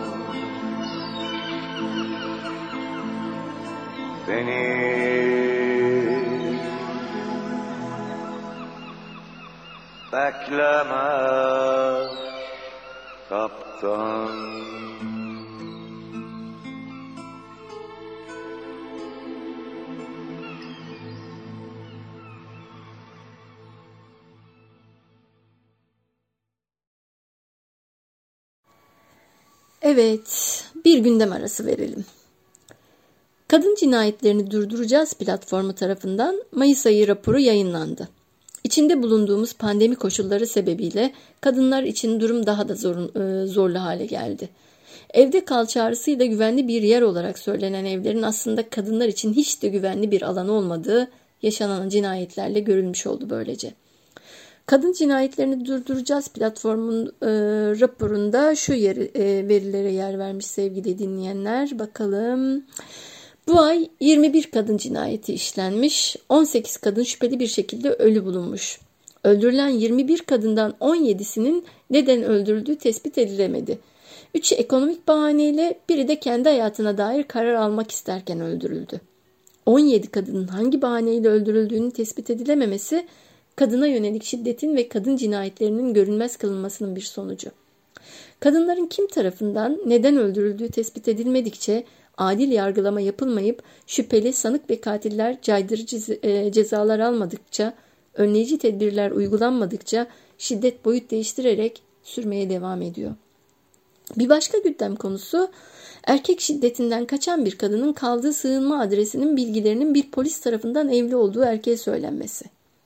beni bekleme kaptan. Evet, bir gündem arası verelim. Kadın Cinayetlerini Durduracağız platformu tarafından Mayıs ayı raporu yayınlandı. İçinde bulunduğumuz pandemi koşulları sebebiyle kadınlar için durum daha da zorlu hale geldi. Evde kal çağrısıyla güvenli bir yer olarak söylenen evlerin aslında kadınlar için hiç de güvenli bir alan olmadığı yaşanan cinayetlerle görülmüş oldu böylece. Kadın Cinayetlerini Durduracağız platformunun raporunda şu verilere yer vermiş sevgili dinleyenler. Bakalım. Bu ay 21 kadın cinayeti işlenmiş, 18 kadın şüpheli bir şekilde ölü bulunmuş. Öldürülen 21 kadından 17'sinin neden öldürüldüğü tespit edilemedi. 3'ü ekonomik bahaneyle, biri de kendi hayatına dair karar almak isterken öldürüldü. 17 kadının hangi bahaneyle öldürüldüğünün tespit edilememesi, kadına yönelik şiddetin ve kadın cinayetlerinin görünmez kılınmasının bir sonucu. Kadınların kim tarafından neden öldürüldüğü tespit edilmedikçe, adil yargılama yapılmayıp şüpheli, sanık ve katiller caydırıcı cezalar almadıkça, önleyici tedbirler uygulanmadıkça şiddet boyut değiştirerek sürmeye devam ediyor. Bir başka gündem konusu, erkek şiddetinden kaçan bir kadının kaldığı sığınma adresinin bilgilerinin bir polis tarafından evli olduğu erkeğe söylenmesi.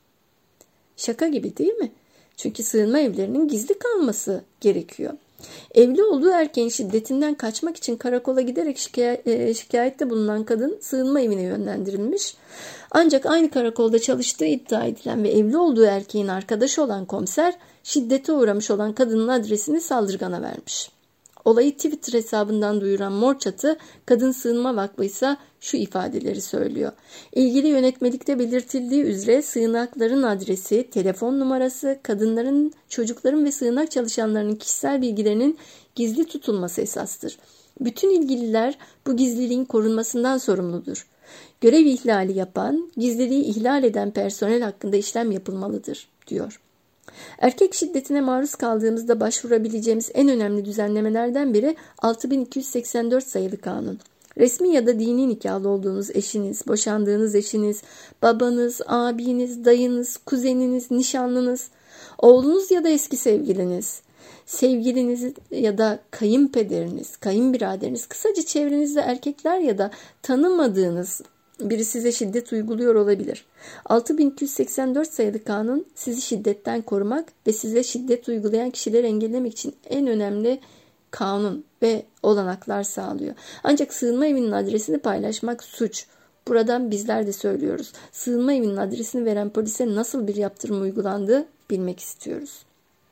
Şaka gibi değil mi? Çünkü sığınma evlerinin gizli kalması gerekiyor. Evli olduğu erkeğin şiddetinden kaçmak için karakola giderek şikayette bulunan kadın sığınma evine yönlendirilmiş. Ancak aynı karakolda çalıştığı iddia edilen ve evli olduğu erkeğin arkadaşı olan komiser şiddete uğramış olan kadının adresini saldırgana vermiş. Olayı Twitter hesabından duyuran Mor Çatı, Kadın Sığınma Vakfı ise şu ifadeleri söylüyor. İlgili yönetmelikte belirtildiği üzere sığınakların adresi, telefon numarası, kadınların, çocukların ve sığınak çalışanlarının kişisel bilgilerinin gizli tutulması esastır. Bütün ilgililer bu gizliliğin korunmasından sorumludur. Görev ihlali yapan, gizliliği ihlal eden personel hakkında işlem yapılmalıdır, diyor. Erkek şiddetine maruz kaldığımızda başvurabileceğimiz en önemli düzenlemelerden biri 6284 sayılı kanun. Resmi ya da dini nikahlı olduğunuz eşiniz, boşandığınız eşiniz, babanız, abiniz, dayınız, kuzeniniz, nişanlınız, oğlunuz ya da eski sevgiliniz ya da kayınpederiniz, kayınbiraderiniz, kısaca çevrenizde erkekler ya da tanımadığınız biri size şiddet uyguluyor olabilir. 6284 sayılı kanun sizi şiddetten korumak ve size şiddet uygulayan kişileri engellemek için en önemli kanun ve olanaklar sağlıyor. Ancak sığınma evinin adresini paylaşmak suç. Buradan bizler de söylüyoruz. Sığınma evinin adresini veren polise nasıl bir yaptırım uygulandığı bilmek istiyoruz.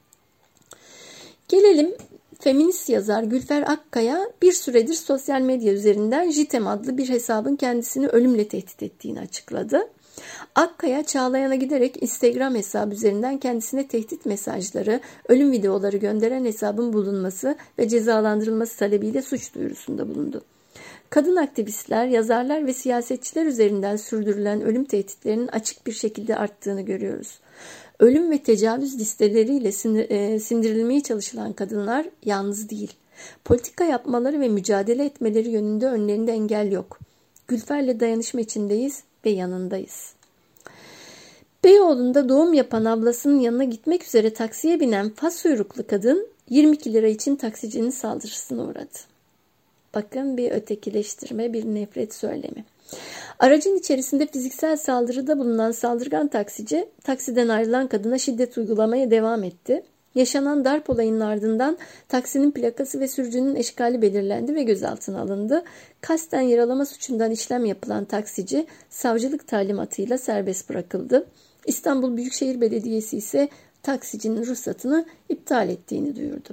Gelelim feminist yazar Gülfer Akkaya bir süredir sosyal medya üzerinden Jitem adlı bir hesabın kendisini ölümle tehdit ettiğini açıkladı. Akkaya Çağlayan'a giderek Instagram hesabı üzerinden kendisine tehdit mesajları, ölüm videoları gönderen hesabın bulunması ve cezalandırılması talebiyle suç duyurusunda bulundu. Kadın aktivistler, yazarlar ve siyasetçiler üzerinden sürdürülen ölüm tehditlerinin açık bir şekilde arttığını görüyoruz. Ölüm ve tecavüz listeleriyle sindirilmeye çalışılan kadınlar yalnız değil. Politika yapmaları ve mücadele etmeleri yönünde önlerinde engel yok. Gülfer'le dayanışma içindeyiz ve yanındayız. Beyoğlu'nda doğum yapan ablasının yanına gitmek üzere taksiye binen fas uyruklu kadın 22 lira için taksicinin saldırısına uğradı. Bakın bir ötekileştirme, bir nefret söylemi. Aracın içerisinde fiziksel saldırıda bulunan saldırgan taksici taksiden ayrılan kadına şiddet uygulamaya devam etti. Yaşanan darp olayının ardından taksinin plakası ve sürücünün eşkali belirlendi ve gözaltına alındı. Kasten yaralama suçundan işlem yapılan taksici savcılık talimatıyla serbest bırakıldı. İstanbul Büyükşehir Belediyesi ise taksicinin ruhsatını iptal ettiğini duyurdu.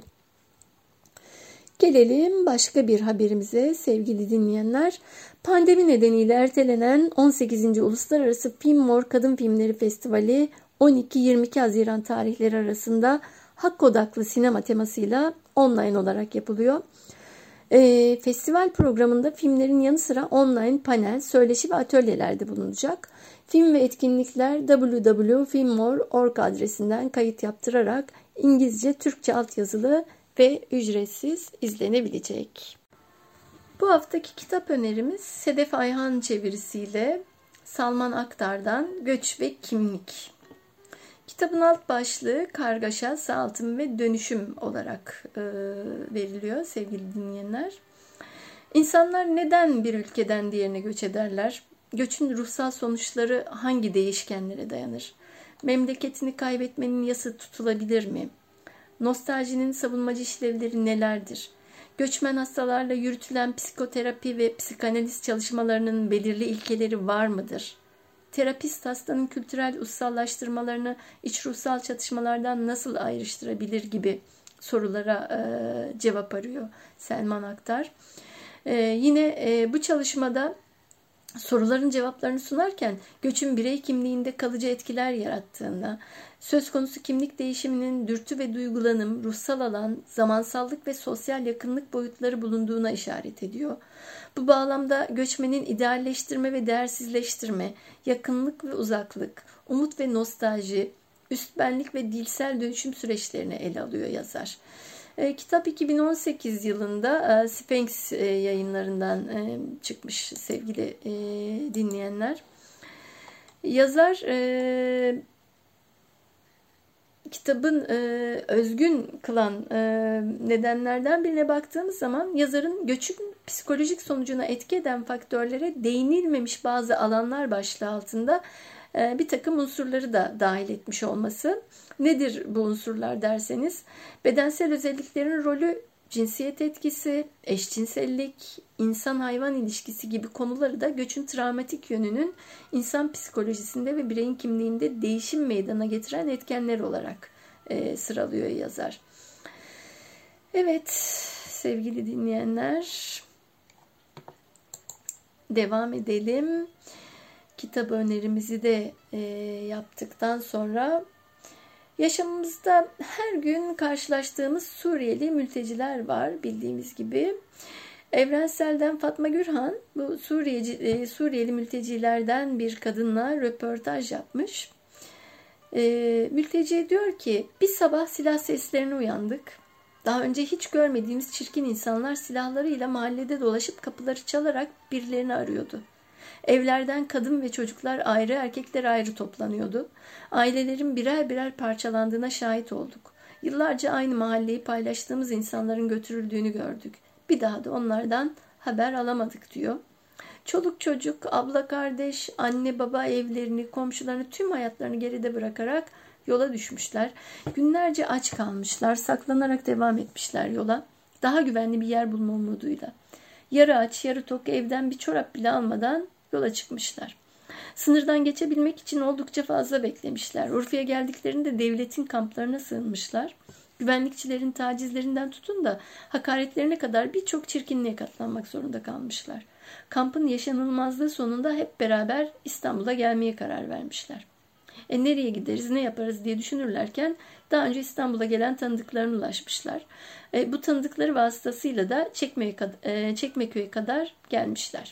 Gelelim başka bir haberimize sevgili dinleyenler. Pandemi nedeniyle ertelenen 18. Uluslararası Film Mor Kadın Filmleri Festivali 12-22 Haziran tarihleri arasında hak odaklı sinema temasıyla online olarak yapılıyor. Festival programında filmlerin yanı sıra online panel, söyleşi ve atölyelerde bulunacak. Film ve etkinlikler www.filmmor.org adresinden kayıt yaptırarak İngilizce, Türkçe altyazılı ve ücretsiz izlenebilecek. Bu haftaki kitap önerimiz Sedef Ayhan çevirisiyle Salman Aktar'dan Göç ve Kimlik. Kitabın alt başlığı kargaşa, sağaltım ve dönüşüm olarak veriliyor sevgili dinleyenler. İnsanlar neden bir ülkeden diğerine göç ederler? Göçün ruhsal sonuçları hangi değişkenlere dayanır? Memleketini kaybetmenin yası tutulabilir mi? Nostaljinin savunmacı işlevleri nelerdir? Göçmen hastalarla yürütülen psikoterapi ve psikanaliz çalışmalarının belirli ilkeleri var mıdır? Terapist hastanın kültürel ussallaştırmalarını iç ruhsal çatışmalardan nasıl ayrıştırabilir gibi sorulara cevap arıyor Selman Aktar. Yine bu çalışmada soruların cevaplarını sunarken göçün birey kimliğinde kalıcı etkiler yarattığına, söz konusu kimlik değişiminin dürtü ve duygulanım, ruhsal alan, zamansallık ve sosyal yakınlık boyutları bulunduğuna işaret ediyor. Bu bağlamda göçmenin idealleştirme ve değersizleştirme, yakınlık ve uzaklık, umut ve nostalji, üst benlik ve dilsel dönüşüm süreçlerini ele alıyor yazar. Kitap 2018 yılında Sphinx yayınlarından çıkmış sevgili dinleyenler. Yazar kitabın özgün kılan nedenlerden birine baktığımız zaman yazarın göçün psikolojik sonucuna etki eden faktörlere değinilmemiş bazı alanlar başlığı altında bir takım unsurları da dahil etmiş olması. Nedir bu unsurlar derseniz, bedensel özelliklerin rolü, cinsiyet etkisi, eşcinsellik, insan-hayvan ilişkisi gibi konuları da göçün travmatik yönünün insan psikolojisinde ve bireyin kimliğinde değişim meydana getiren etkenler olarak sıralıyor yazar. Evet sevgili dinleyenler, devam edelim. Kitap önerimizi de yaptıktan sonra yaşamımızda her gün karşılaştığımız Suriyeli mülteciler var bildiğimiz gibi. Evrensel'den Fatma Gürhan bu Suriyeli mültecilerden bir kadınla röportaj yapmış. Mülteci diyor ki bir sabah silah seslerine uyandık. Daha önce hiç görmediğimiz çirkin insanlar silahlarıyla mahallede dolaşıp kapıları çalarak birilerini arıyordu. Evlerden kadın ve çocuklar ayrı, erkekler ayrı toplanıyordu. Ailelerin birer birer parçalandığına şahit olduk. Yıllarca aynı mahalleyi paylaştığımız insanların götürüldüğünü gördük. Bir daha da onlardan haber alamadık diyor. Çoluk çocuk, abla kardeş, anne baba evlerini, komşularını, tüm hayatlarını geride bırakarak yola düşmüşler. Günlerce aç kalmışlar, saklanarak devam etmişler yola. Daha güvenli bir yer bulma umuduyla. Yarı aç, yarı tok, evden bir çorap bile almadan yola çıkmışlar. Sınırdan geçebilmek için oldukça fazla beklemişler. Urfa'ya geldiklerinde devletin kamplarına sığınmışlar. Güvenlikçilerin tacizlerinden tutun da hakaretlerine kadar birçok çirkinliğe katlanmak zorunda kalmışlar. Kampın yaşanılmazlığı sonunda hep beraber İstanbul'a gelmeye karar vermişler. Nereye gideriz, ne yaparız diye düşünürlerken daha önce İstanbul'a gelen tanıdıklarına ulaşmışlar. Bu tanıdıkları vasıtasıyla da Çekmeköy'e kadar gelmişler.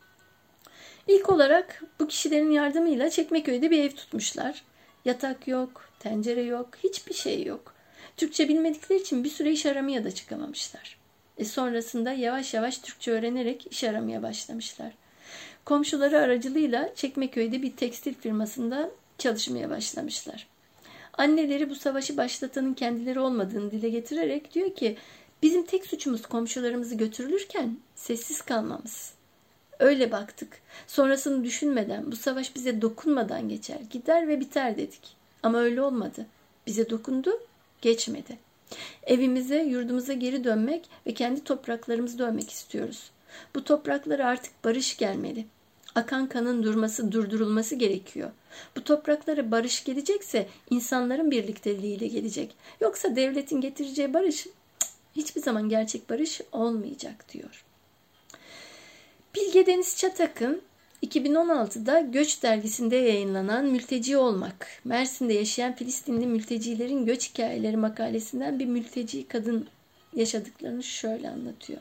İlk olarak bu kişilerin yardımıyla Çekmeköy'de bir ev tutmuşlar. Yatak yok, tencere yok, hiçbir şey yok. Türkçe bilmedikleri için bir süre iş aramaya da çıkamamışlar. Sonrasında yavaş yavaş Türkçe öğrenerek iş aramaya başlamışlar. Komşuları aracılığıyla Çekmeköy'de bir tekstil firmasında çalışmaya başlamışlar. Anneleri bu savaşı başlatanın kendileri olmadığını dile getirerek diyor ki bizim tek suçumuz komşularımızı götürülürken sessiz kalmamız. Öyle baktık. Sonrasını düşünmeden, bu savaş bize dokunmadan geçer, gider ve biter dedik. Ama öyle olmadı. Bize dokundu, geçmedi. Evimize, yurdumuza geri dönmek ve kendi topraklarımızda ölmek istiyoruz. Bu topraklara artık barış gelmeli. Akan kanın durdurulması gerekiyor. Bu topraklara barış gelecekse insanların birlikteliğiyle gelecek. Yoksa devletin getireceği barış hiçbir zaman gerçek barış olmayacak diyor. Bilge Deniz Çatak'ın 2016'da Göç dergisinde yayınlanan Mülteci Olmak, Mersin'de yaşayan Filistinli mültecilerin göç hikayeleri makalesinden bir mülteci kadın yaşadıklarını şöyle anlatıyor.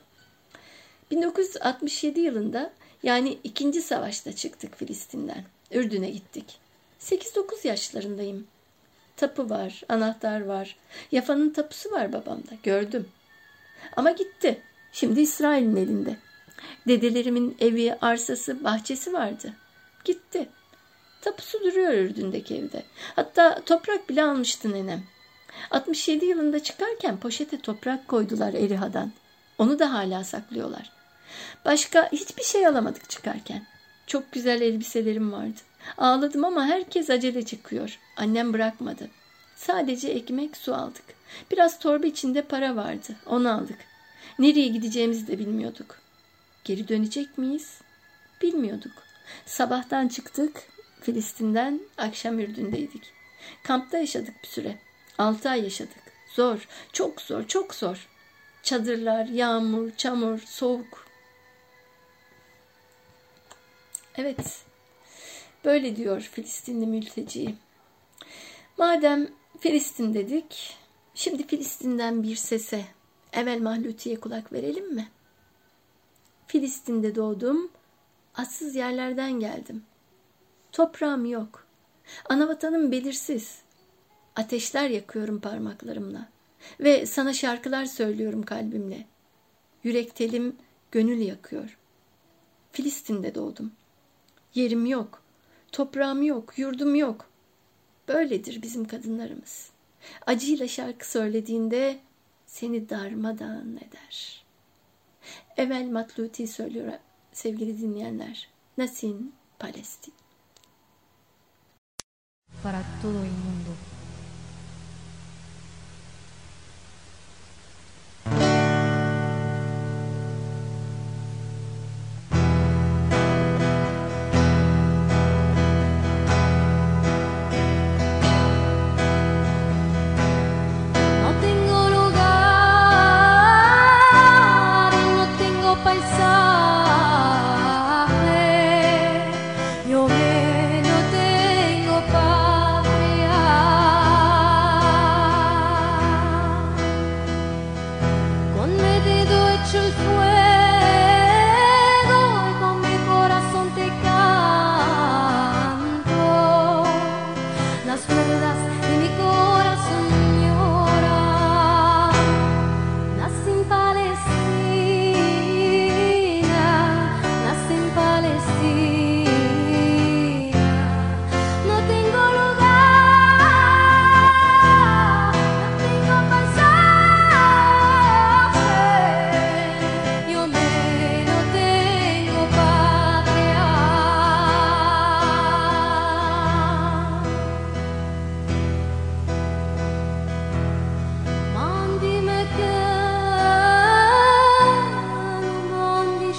1967 yılında yani 2. Savaşta çıktık Filistin'den. Ürdün'e gittik. 8-9 yaşlarındayım. Tapu var, anahtar var. Yafa'nın tapusu var babamda. Gördüm. Ama gitti. Şimdi İsrail'in elinde. Dedelerimin evi, arsası, bahçesi vardı. Gitti. Tapusu duruyor Ürdün'deki evde. Hatta toprak bile almıştı nenem. 67 yılında çıkarken poşete toprak koydular Eriha'dan. Onu da hala saklıyorlar. Başka hiçbir şey alamadık çıkarken. Çok güzel elbiselerim vardı. Ağladım ama herkes acele çıkıyor. Annem bırakmadı. Sadece ekmek, su aldık. Biraz torba içinde para vardı. Onu aldık. Nereye gideceğimizi de bilmiyorduk. Geri dönecek miyiz? Bilmiyorduk. Sabahtan çıktık Filistin'den, akşam Ürdün'deydik. Kampta yaşadık bir süre. 6 ay yaşadık. Zor, çok zor, çok zor. Çadırlar, yağmur, çamur, soğuk. Evet, böyle diyor Filistinli mülteci. Madem Filistin dedik, şimdi Filistin'den bir sese, Emel Mahluti'ye kulak verelim mi? Filistin'de doğdum, atsız yerlerden geldim. Toprağım yok, anavatanım belirsiz. Ateşler yakıyorum parmaklarımla ve sana şarkılar söylüyorum kalbimle. Yürek telim gönül yakıyor. Filistin'de doğdum. Yerim yok, toprağım yok, yurdum yok. Böyledir bizim kadınlarımız. Acıyla şarkı söylediğinde seni darmadağın eder. Emel Matluti söylüyor sevgili dinleyenler. Nasin, Palestin. Para todo el mundo. Las ruedas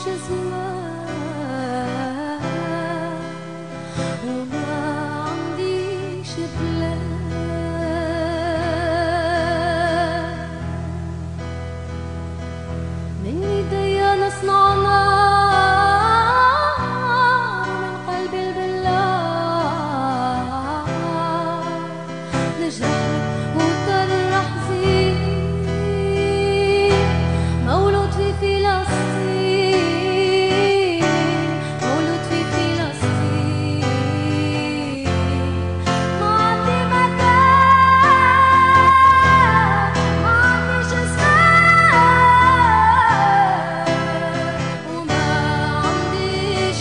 زمان وما عنديش بلاد من ايديا نصنع نار من قلبي البلاد نجرح وطرح زين مولود في فلسطين مولود في فلسطين ما عندي مكان ما عنديش اسمان وما عنديش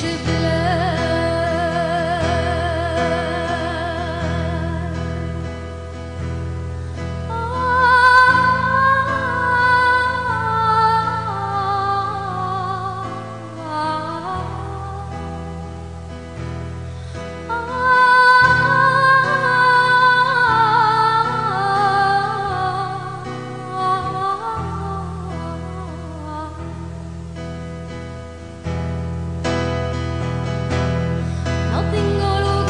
No tengo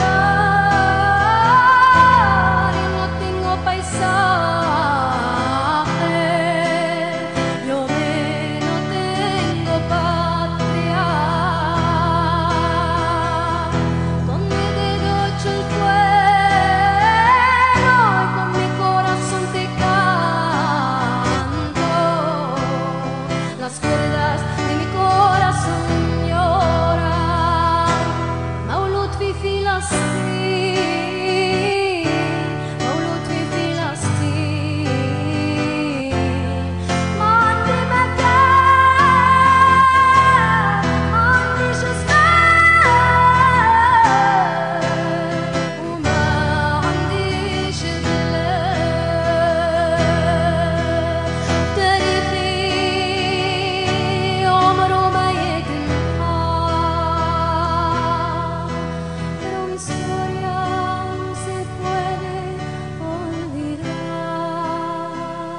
lugar y no tengo paisaje. Yo no tengo patria. Con mi dedo echo el fuego y con mi corazón te canto. Las cuerdas de mi corazón lloran. مولود في فلسطين مولود في فلسطين ما عندي مكان ما عنديش اسمان وما عنديش بلاد تاريخي عمره ما يتنحى pero mi historia no se puede olvidar.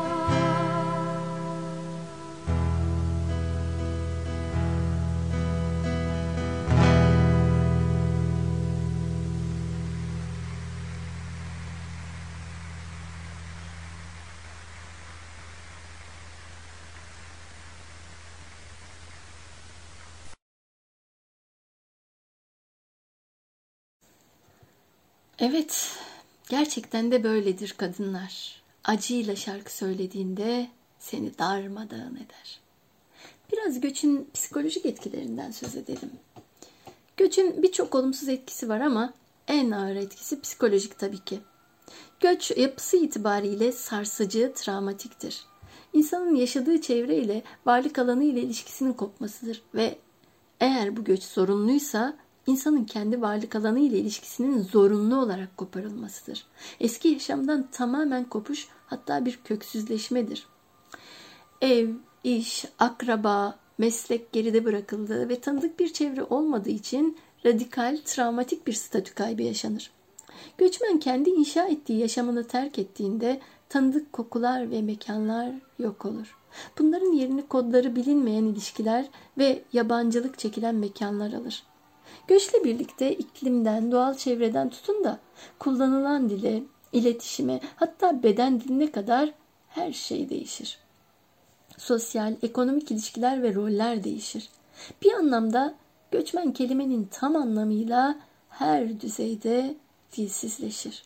Evet, gerçekten de böyledir kadınlar. Acıyla şarkı söylediğinde seni darmadağın eder. Biraz göçün psikolojik etkilerinden söz edelim. Göçün birçok olumsuz etkisi var ama en ağır etkisi psikolojik tabii ki. Göç yapısı itibariyle sarsıcı, travmatiktir. İnsanın yaşadığı çevre ile varlık alanı ile ilişkisinin kopmasıdır ve eğer bu göç sorunluysa insanın kendi varlık alanı ile ilişkisinin zorunlu olarak koparılmasıdır. Eski yaşamdan tamamen kopuş, hatta bir köksüzleşmedir. Ev, iş, akraba, meslek geride bırakıldığı ve tanıdık bir çevre olmadığı için radikal, travmatik bir statü kaybı yaşanır. Göçmen kendi inşa ettiği yaşamını terk ettiğinde tanıdık kokular ve mekanlar yok olur. Bunların yerini kodları bilinmeyen ilişkiler ve yabancılık çekilen mekanlar alır. Göçle birlikte iklimden, doğal çevreden tutun da kullanılan dile, iletişime, hatta beden diline kadar her şey değişir. Sosyal, ekonomik ilişkiler ve roller değişir. Bir anlamda göçmen kelimenin tam anlamıyla her düzeyde dilsizleşir.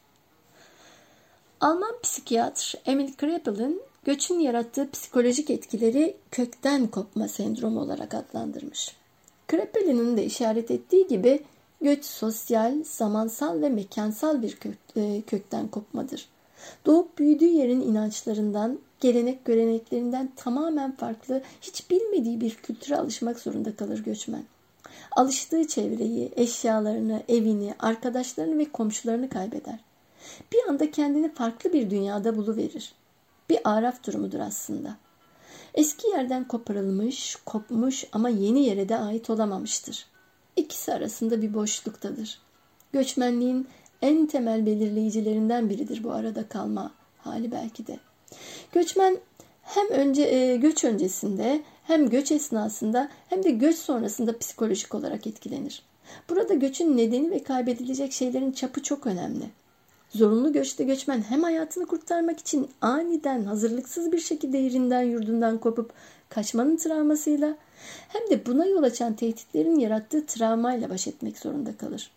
Alman psikiyatr Emil Kraepel'in göçün yarattığı psikolojik etkileri kökten kopma sendromu olarak adlandırmış. Kraepel'in de işaret ettiği gibi göç sosyal, zamansal ve mekansal bir kökten kopmadır. Doğup büyüdüğü yerin inançlarından, gelenek göreneklerinden tamamen farklı, hiç bilmediği bir kültüre alışmak zorunda kalır göçmen. Alıştığı çevreyi, eşyalarını, evini, arkadaşlarını ve komşularını kaybeder. Bir anda kendini farklı bir dünyada buluverir. Bir araf durumudur aslında. Eski yerden koparılmış, kopmuş ama yeni yere de ait olamamıştır. İkisi arasında bir boşluktadır. Göçmenliğin en temel belirleyicilerinden biridir bu arada kalma hali belki de. Göçmen hem göç öncesinde hem göç esnasında hem de göç sonrasında psikolojik olarak etkilenir. Burada göçün nedeni ve kaybedilecek şeylerin çapı çok önemli. Zorunlu göçte göçmen hem hayatını kurtarmak için aniden hazırlıksız bir şekilde yerinden yurdundan kopup kaçmanın travmasıyla hem de buna yol açan tehditlerin yarattığı travmayla baş etmek zorunda kalır.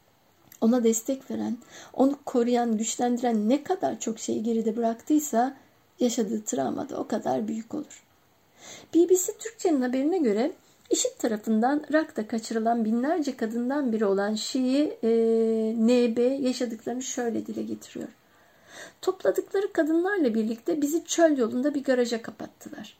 Ona destek veren, onu koruyan, güçlendiren ne kadar çok şeyi geride bıraktıysa yaşadığı travma da o kadar büyük olur. BBC Türkçe'nin haberine göre IŞİD tarafından Irak'ta kaçırılan binlerce kadından biri olan Şii NB yaşadıklarını şöyle dile getiriyor. Topladıkları kadınlarla birlikte bizi çöl yolunda bir garaja kapattılar.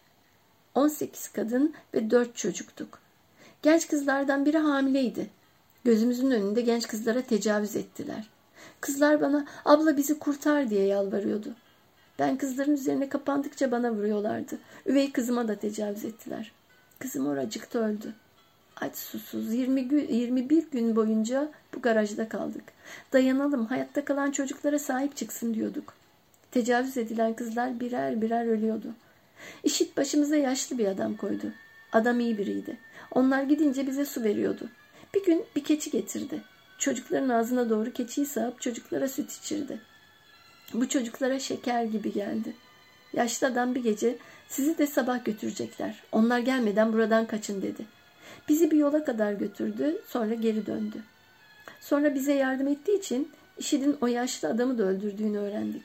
18 kadın ve 4 çocuktuk. Genç kızlardan biri hamileydi. Gözümüzün önünde genç kızlara tecavüz ettiler. Kızlar bana abla bizi kurtar diye yalvarıyordu. Ben kızların üzerine kapandıkça bana vuruyorlardı. Üvey kızıma da tecavüz ettiler. Kızım oracıkta öldü. Aç susuz 21 gün boyunca bu garajda kaldık. Dayanalım, hayatta kalan çocuklara sahip çıksın diyorduk. Tecavüz edilen kızlar birer birer ölüyordu. IŞİD başımıza yaşlı bir adam koydu. Adam iyi biriydi. Onlar gidince bize su veriyordu. Bir gün bir keçi getirdi. Çocukların ağzına doğru keçiyi sağıp çocuklara süt içirdi. Bu çocuklara şeker gibi geldi. Yaşlı adam bir gece sizi de sabah götürecekler. Onlar gelmeden buradan kaçın dedi. Bizi bir yola kadar götürdü, sonra geri döndü. Sonra bize yardım ettiği için IŞİD'in o yaşlı adamı da öldürdüğünü öğrendik.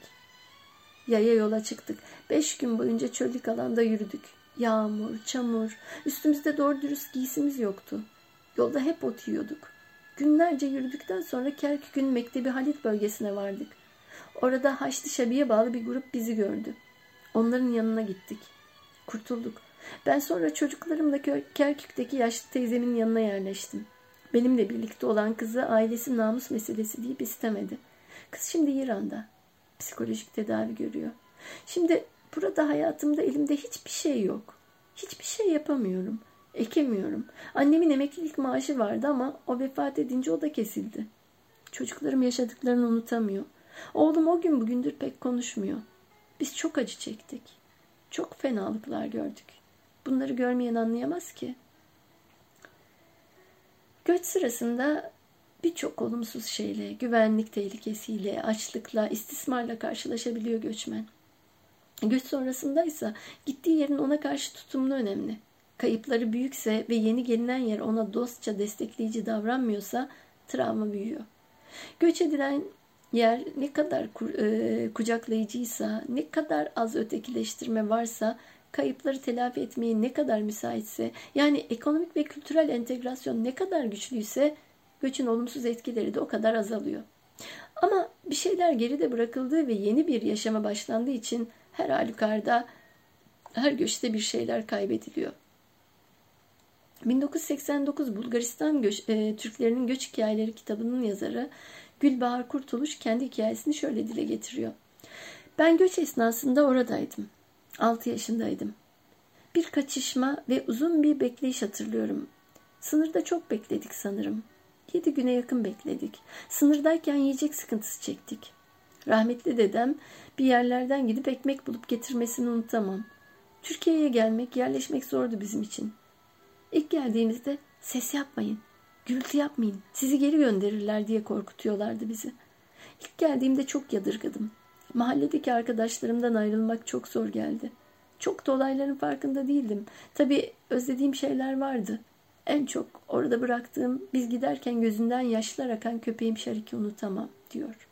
Yaya yola çıktık. 5 gün boyunca çöllük alanda yürüdük. Yağmur, çamur, üstümüzde doğru dürüst giysimiz yoktu. Yolda hep ot yiyorduk. Günlerce yürüdükten sonra Kerkük'ün Mektebi Halit bölgesine vardık. Orada Haçlı Şabi'ye bağlı bir grup bizi gördü. Onların yanına gittik. Kurtulduk. Ben sonra çocuklarımla Kerkük'teki yaşlı teyzemin yanına yerleştim. Benimle birlikte olan kızı ailesi namus meselesi deyip istemedi. Kız şimdi İran'da. Psikolojik tedavi görüyor. Şimdi burada hayatımda elimde hiçbir şey yok. Hiçbir şey yapamıyorum. Ekemiyorum. Annemin emeklilik maaşı vardı ama o vefat edince o da kesildi. Çocuklarım yaşadıklarını unutamıyor. Oğlum o gün bugündür pek konuşmuyor. Biz çok acı çektik. Çok fenalıklar gördük. Bunları görmeyen anlayamaz ki. Göç sırasında birçok olumsuz şeyle, güvenlik tehlikesiyle, açlıkla, istismarla karşılaşabiliyor göçmen. Göç sonrasındaysa gittiği yerin ona karşı tutumlu önemli. Kayıpları büyükse ve yeni gelinen yer ona dostça destekleyici davranmıyorsa travma büyüyor. Göç edilen yer ne kadar kucaklayıcıysa, ne kadar az ötekileştirme varsa, kayıpları telafi etmeye ne kadar müsaitse, yani ekonomik ve kültürel entegrasyon ne kadar güçlüyse göçün olumsuz etkileri de o kadar azalıyor. Ama bir şeyler geride bırakıldığı ve yeni bir yaşama başlandığı için her halükarda her göçte bir şeyler kaybediliyor. 1989 Bulgaristan Türklerinin Göç Hikayeleri kitabının yazarı Gülbahar Kurtuluş kendi hikayesini şöyle dile getiriyor. Ben göç esnasında oradaydım. 6 yaşındaydım. Bir kaçışma ve uzun bir bekleyiş hatırlıyorum. Sınırda çok bekledik sanırım. 7 güne yakın bekledik. Sınırdayken yiyecek sıkıntısı çektik. Rahmetli dedem bir yerlerden gidip ekmek bulup getirmesini unutamam. Türkiye'ye gelmek, yerleşmek zordu bizim için. İlk geldiğimizde ses yapmayın, gürültü yapmayın, sizi geri gönderirler diye korkutuyorlardı bizi. İlk geldiğimde çok yadırgadım. Mahalledeki arkadaşlarımdan ayrılmak çok zor geldi. Çok da olayların farkında değildim. Tabii özlediğim şeyler vardı. En çok orada bıraktığım, biz giderken gözünden yaşlar akan köpeğim Şarik'i unutamam, diyor.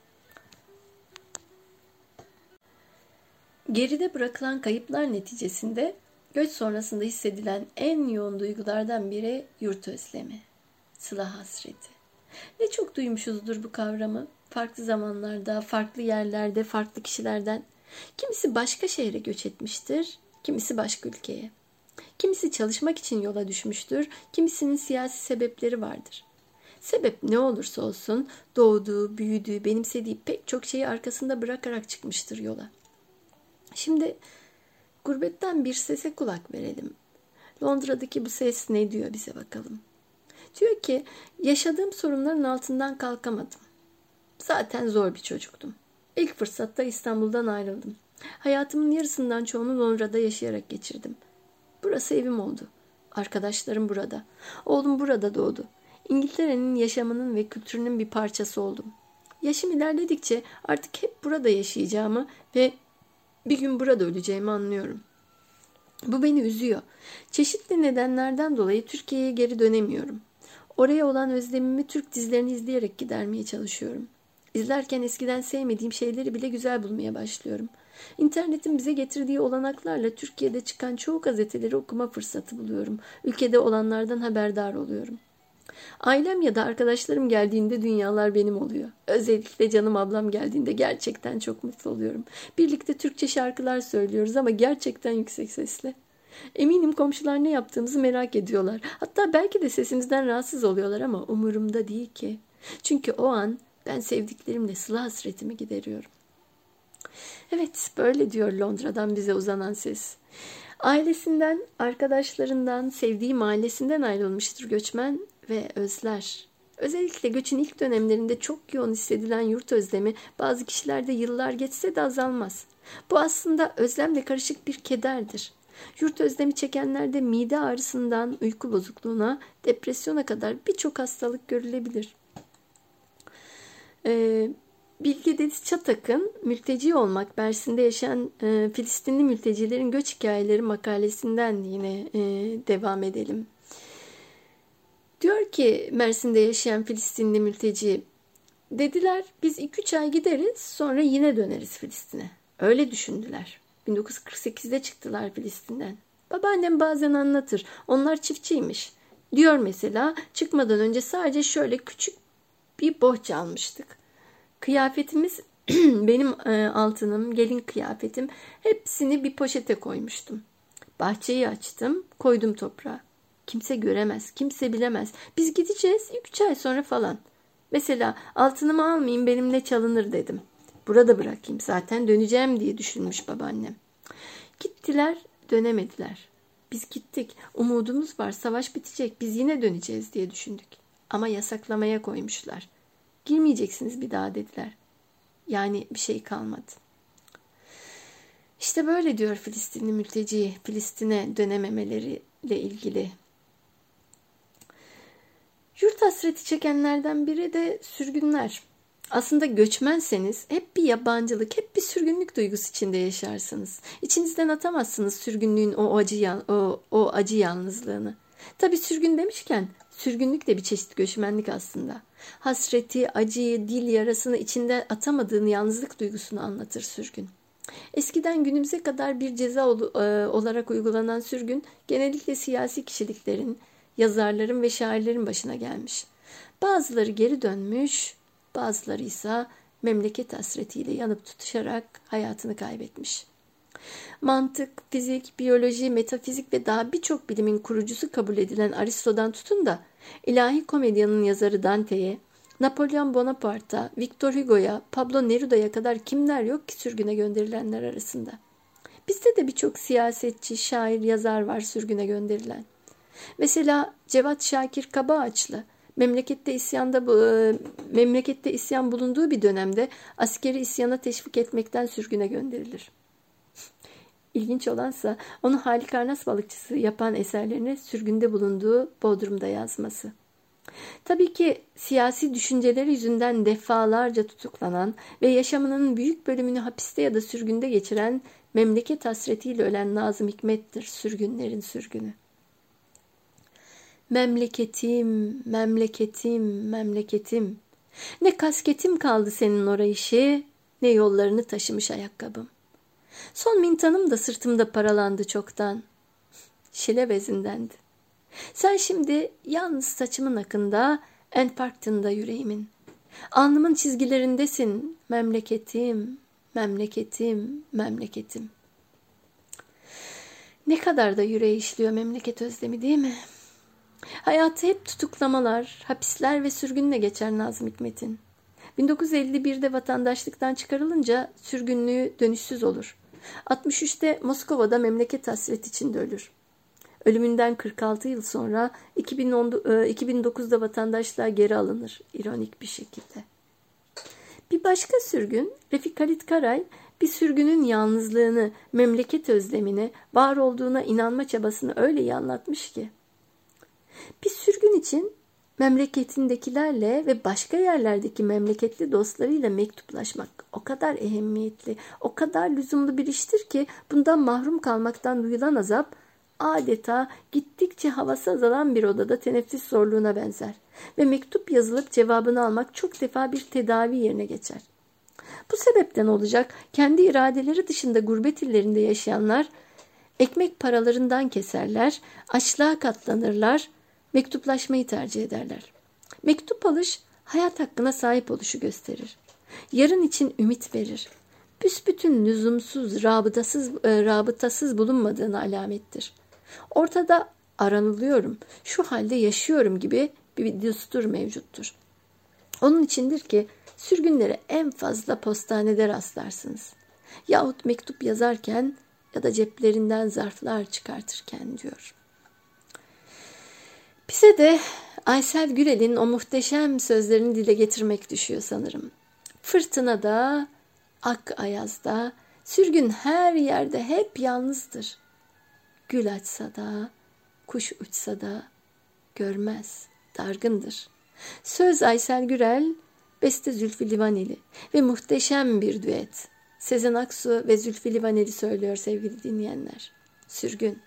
Geride bırakılan kayıplar neticesinde göç sonrasında hissedilen en yoğun duygulardan biri yurt özlemi, sıla hasreti. Ne çok duymuşuzdur bu kavramı. Farklı zamanlarda, farklı yerlerde, farklı kişilerden. Kimisi başka şehre göç etmiştir, kimisi başka ülkeye. Kimisi çalışmak için yola düşmüştür, kimisinin siyasi sebepleri vardır. Sebep ne olursa olsun doğduğu, büyüdüğü, benimsediği pek çok şeyi arkasında bırakarak çıkmıştır yola. Şimdi gurbetten bir sese kulak verelim. Londra'daki bu ses ne diyor bize bakalım. Diyor ki, yaşadığım sorunların altından kalkamadım. Zaten zor bir çocuktum. İlk fırsatta İstanbul'dan ayrıldım. Hayatımın yarısından çoğunu Londra'da yaşayarak geçirdim. Burası evim oldu. Arkadaşlarım burada. Oğlum burada doğdu. İngiltere'nin yaşamının ve kültürünün bir parçası oldum. Yaşım ilerledikçe artık hep burada yaşayacağımı ve bir gün burada öleceğimi anlıyorum. Bu beni üzüyor. Çeşitli nedenlerden dolayı Türkiye'ye geri dönemiyorum. Oraya olan özlemimi Türk dizilerini izleyerek gidermeye çalışıyorum. İzlerken eskiden sevmediğim şeyleri bile güzel bulmaya başlıyorum. İnternetin bize getirdiği olanaklarla Türkiye'de çıkan çoğu gazeteleri okuma fırsatı buluyorum. Ülkede olanlardan haberdar oluyorum. Ailem ya da arkadaşlarım geldiğinde dünyalar benim oluyor. Özellikle canım ablam geldiğinde gerçekten çok mutlu oluyorum. Birlikte Türkçe şarkılar söylüyoruz ama gerçekten yüksek sesle. Eminim komşular ne yaptığımızı merak ediyorlar. Hatta belki de sesimizden rahatsız oluyorlar ama umurumda değil ki. Çünkü o an ben sevdiklerimle sıla hasretimi gideriyorum. Evet, böyle diyor Londra'dan bize uzanan ses. Ailesinden, arkadaşlarından, sevdiği mahallesinden ayrılmıştır göçmen ve özler. Özellikle göçün ilk dönemlerinde çok yoğun hissedilen yurt özlemi bazı kişilerde yıllar geçse de azalmaz. Bu aslında özlemle karışık bir kederdir. Yurt özlemi çekenlerde mide ağrısından uyku bozukluğuna, depresyona kadar birçok hastalık görülebilir. Bilge Deniz Çatak'ın Mülteci Olmak, Mersin'de yaşayan Filistinli mültecilerin göç hikayeleri makalesinden yine devam edelim. Diyor ki Mersin'de yaşayan Filistinli mülteci, dediler biz 2-3 ay gideriz sonra yine döneriz Filistin'e. Öyle düşündüler. 1948'de çıktılar Filistin'den. Babaannem bazen anlatır. Onlar çiftçiymiş. Diyor mesela çıkmadan önce sadece şöyle küçük bir bohça almıştık. Kıyafetimiz, benim altınım, gelin kıyafetim hepsini bir poşete koymuştum. Bahçeyi açtım, koydum toprağa. Kimse göremez, kimse bilemez. Biz gideceğiz 3 ay sonra falan. Mesela altınımı almayayım benimle çalınır dedim. Burada bırakayım zaten döneceğim diye düşünmüş babaannem. Gittiler, dönemediler. Biz gittik, umudumuz var, savaş bitecek, biz yine döneceğiz diye düşündük. Ama yasaklamaya koymuşlar. Girmeyeceksiniz bir daha dediler. Yani bir şey kalmadı. İşte böyle diyor Filistinli mülteci, Filistin'e dönememeleriyle ilgili. Yurt hasreti çekenlerden biri de sürgünler. Aslında göçmenseniz hep bir yabancılık, hep bir sürgünlük duygusu içinde yaşarsınız. İçinizden atamazsınız sürgünlüğün o acı yalnızlığını. Tabii sürgün demişken sürgünlük de bir çeşit göçmenlik aslında. Hasreti, acıyı, dil yarasını içinde atamadığın yalnızlık duygusunu anlatır sürgün. Eskiden günümüze kadar bir ceza olarak uygulanan sürgün genellikle siyasi kişiliklerin, yazarların ve şairlerin başına gelmiş. Bazıları geri dönmüş, bazıları ise memleket hasretiyle yanıp tutuşarak hayatını kaybetmiş. Mantık, fizik, biyoloji, metafizik ve daha birçok bilimin kurucusu kabul edilen Aristo'dan tutun da İlahi Komedia'nın yazarı Dante'ye, Napolyon Bonaparte'a, Victor Hugo'ya, Pablo Neruda'ya kadar kimler yok ki sürgüne gönderilenler arasında. Bizde de birçok siyasetçi, şair, yazar var sürgüne gönderilen. Mesela Cevat Şakir Kabaağaçlı, memlekette isyan bulunduğu bir dönemde askeri isyana teşvik etmekten sürgüne gönderilir. İlginç olansa onu Halikarnas balıkçısı yapan eserlerini sürgünde bulunduğu Bodrum'da yazması. Tabii ki siyasi düşünceleri yüzünden defalarca tutuklanan ve yaşamının büyük bölümünü hapiste ya da sürgünde geçiren memleket hasretiyle ölen Nazım Hikmet'tir sürgünlerin sürgünü. Memleketim, memleketim, memleketim. Ne kasketim kaldı senin orayışı, ne yollarını taşımış ayakkabım. Son mintanım da sırtımda paralandı çoktan. Şile bezindendi. Sen şimdi yalnız saçımın akında, en parktında yüreğimin. Alnımın çizgilerindesin, memleketim, memleketim, memleketim. Ne kadar da yüreği işliyor memleket özlemi değil mi? Hayatı hep tutuklamalar, hapisler ve sürgünle geçer Nazım Hikmet'in. 1951'de vatandaşlıktan çıkarılınca sürgünlüğü dönüşsüz olur. 63'te Moskova'da memleket hasreti içinde ölür. Ölümünden 46 yıl sonra 2009'da vatandaşlığa geri alınır ironik bir şekilde. Bir başka sürgün Refik Halit Karay Bir sürgünün yalnızlığını, memleket özlemini, var olduğuna inanma çabasını öyle iyi anlatmış ki. Bir sürgün için memleketindekilerle ve başka yerlerdeki memleketli dostlarıyla mektuplaşmak o kadar ehemmiyetli, o kadar lüzumlu bir iştir ki bundan mahrum kalmaktan duyulan azap adeta gittikçe havası azalan bir odada teneffüs zorluğuna benzer ve mektup yazılıp cevabını almak çok defa bir tedavi yerine geçer. Bu sebepten olacak kendi iradeleri dışında gurbet illerinde yaşayanlar ekmek paralarından keserler, açlığa katlanırlar, mektuplaşmayı tercih ederler. Mektup alış hayat hakkına sahip oluşu gösterir. Yarın için ümit verir. Büsbütün lüzumsuz, rabıtasız bulunmadığını alamettir. Ortada aranılıyorum, şu halde yaşıyorum gibi bir düstur mevcuttur. Onun içindir ki sürgünlere en fazla postanede rastlarsınız. Yahut mektup yazarken ya da ceplerinden zarflar çıkartırken diyor. Bize de Aysel Gürel'in o muhteşem sözlerini dile getirmek düşüyor sanırım. Fırtınada, ak ayazda, sürgün her yerde hep yalnızdır. Gül açsa da, kuş uçsa da görmez, dargındır. Söz Aysel Gürel, beste Zülfü Livaneli ve muhteşem bir düet. Sezen Aksu ve Zülfü Livaneli söylüyor sevgili dinleyenler. Sürgün.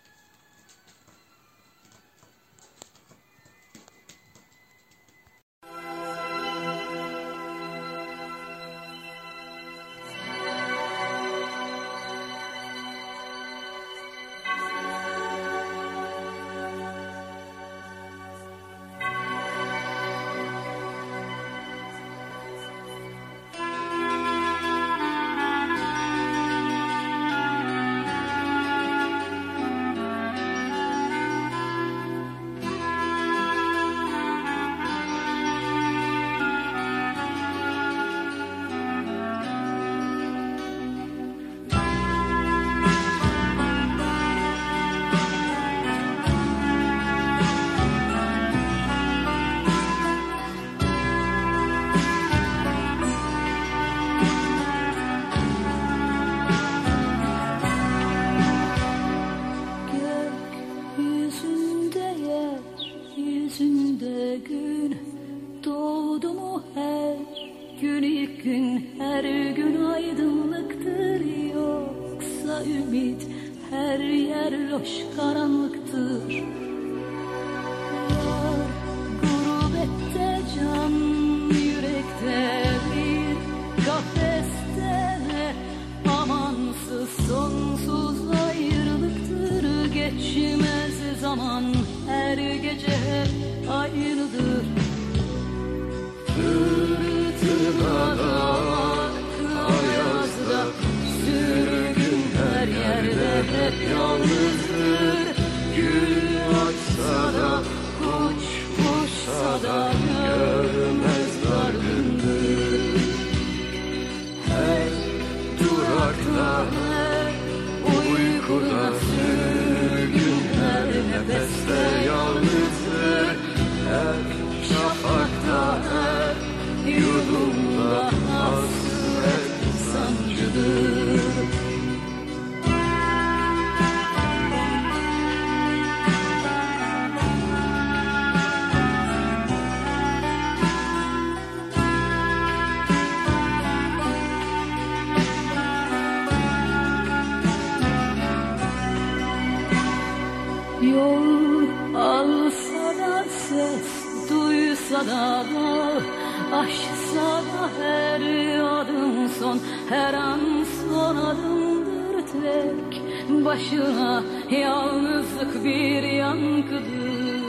Başına yalnızlık bir yankıdır.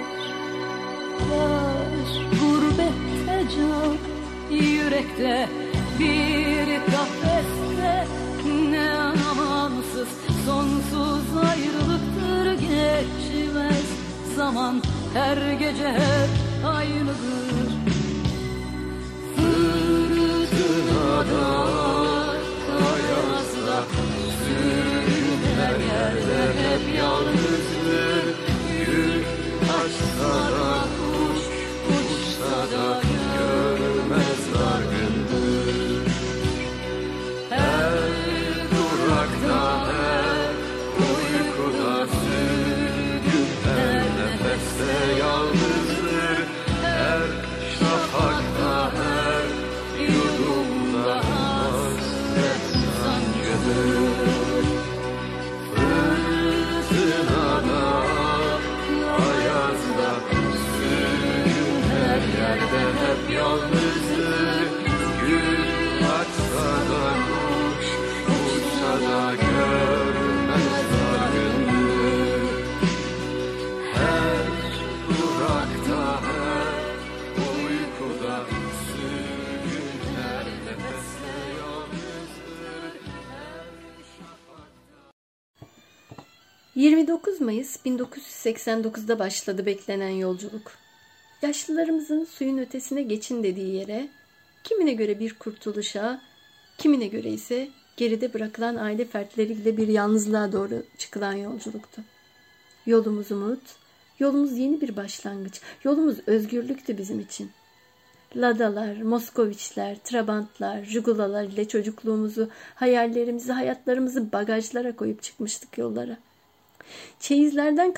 Var gurbette can, yürekte bir kafeste, ne amansız sonsuz ayrılıktır. Geçmez zaman, her gece hep aynıdır. Fırtınada, ayazda, her yerde hep yalnızdır. Gül açsa da, kuş uçsa da görmez dargındır. Her fazla. Sürgün her yerde hep yalnızlık. Gül açsa da kuş, uçsa da görmez dargınlık. Her durakta, her uykuda, sürgün her nefeste yalnızlık. Her şafakta. 29 Mayıs 1989'da başladı beklenen yolculuk. Yaşlılarımızın suyun ötesine geçin dediği yere, kimine göre bir kurtuluşa, kimine göre ise geride bırakılan aile fertleriyle bir yalnızlığa doğru çıkılan yolculuktu. Yolumuz umut, yolumuz yeni bir başlangıç, yolumuz özgürlüktü bizim için. Ladalar, Moskoviçler, Trabantlar, Jugulalar ile çocukluğumuzu, hayallerimizi, hayatlarımızı bagajlara koyup çıkmıştık yollara. Çeyizlerden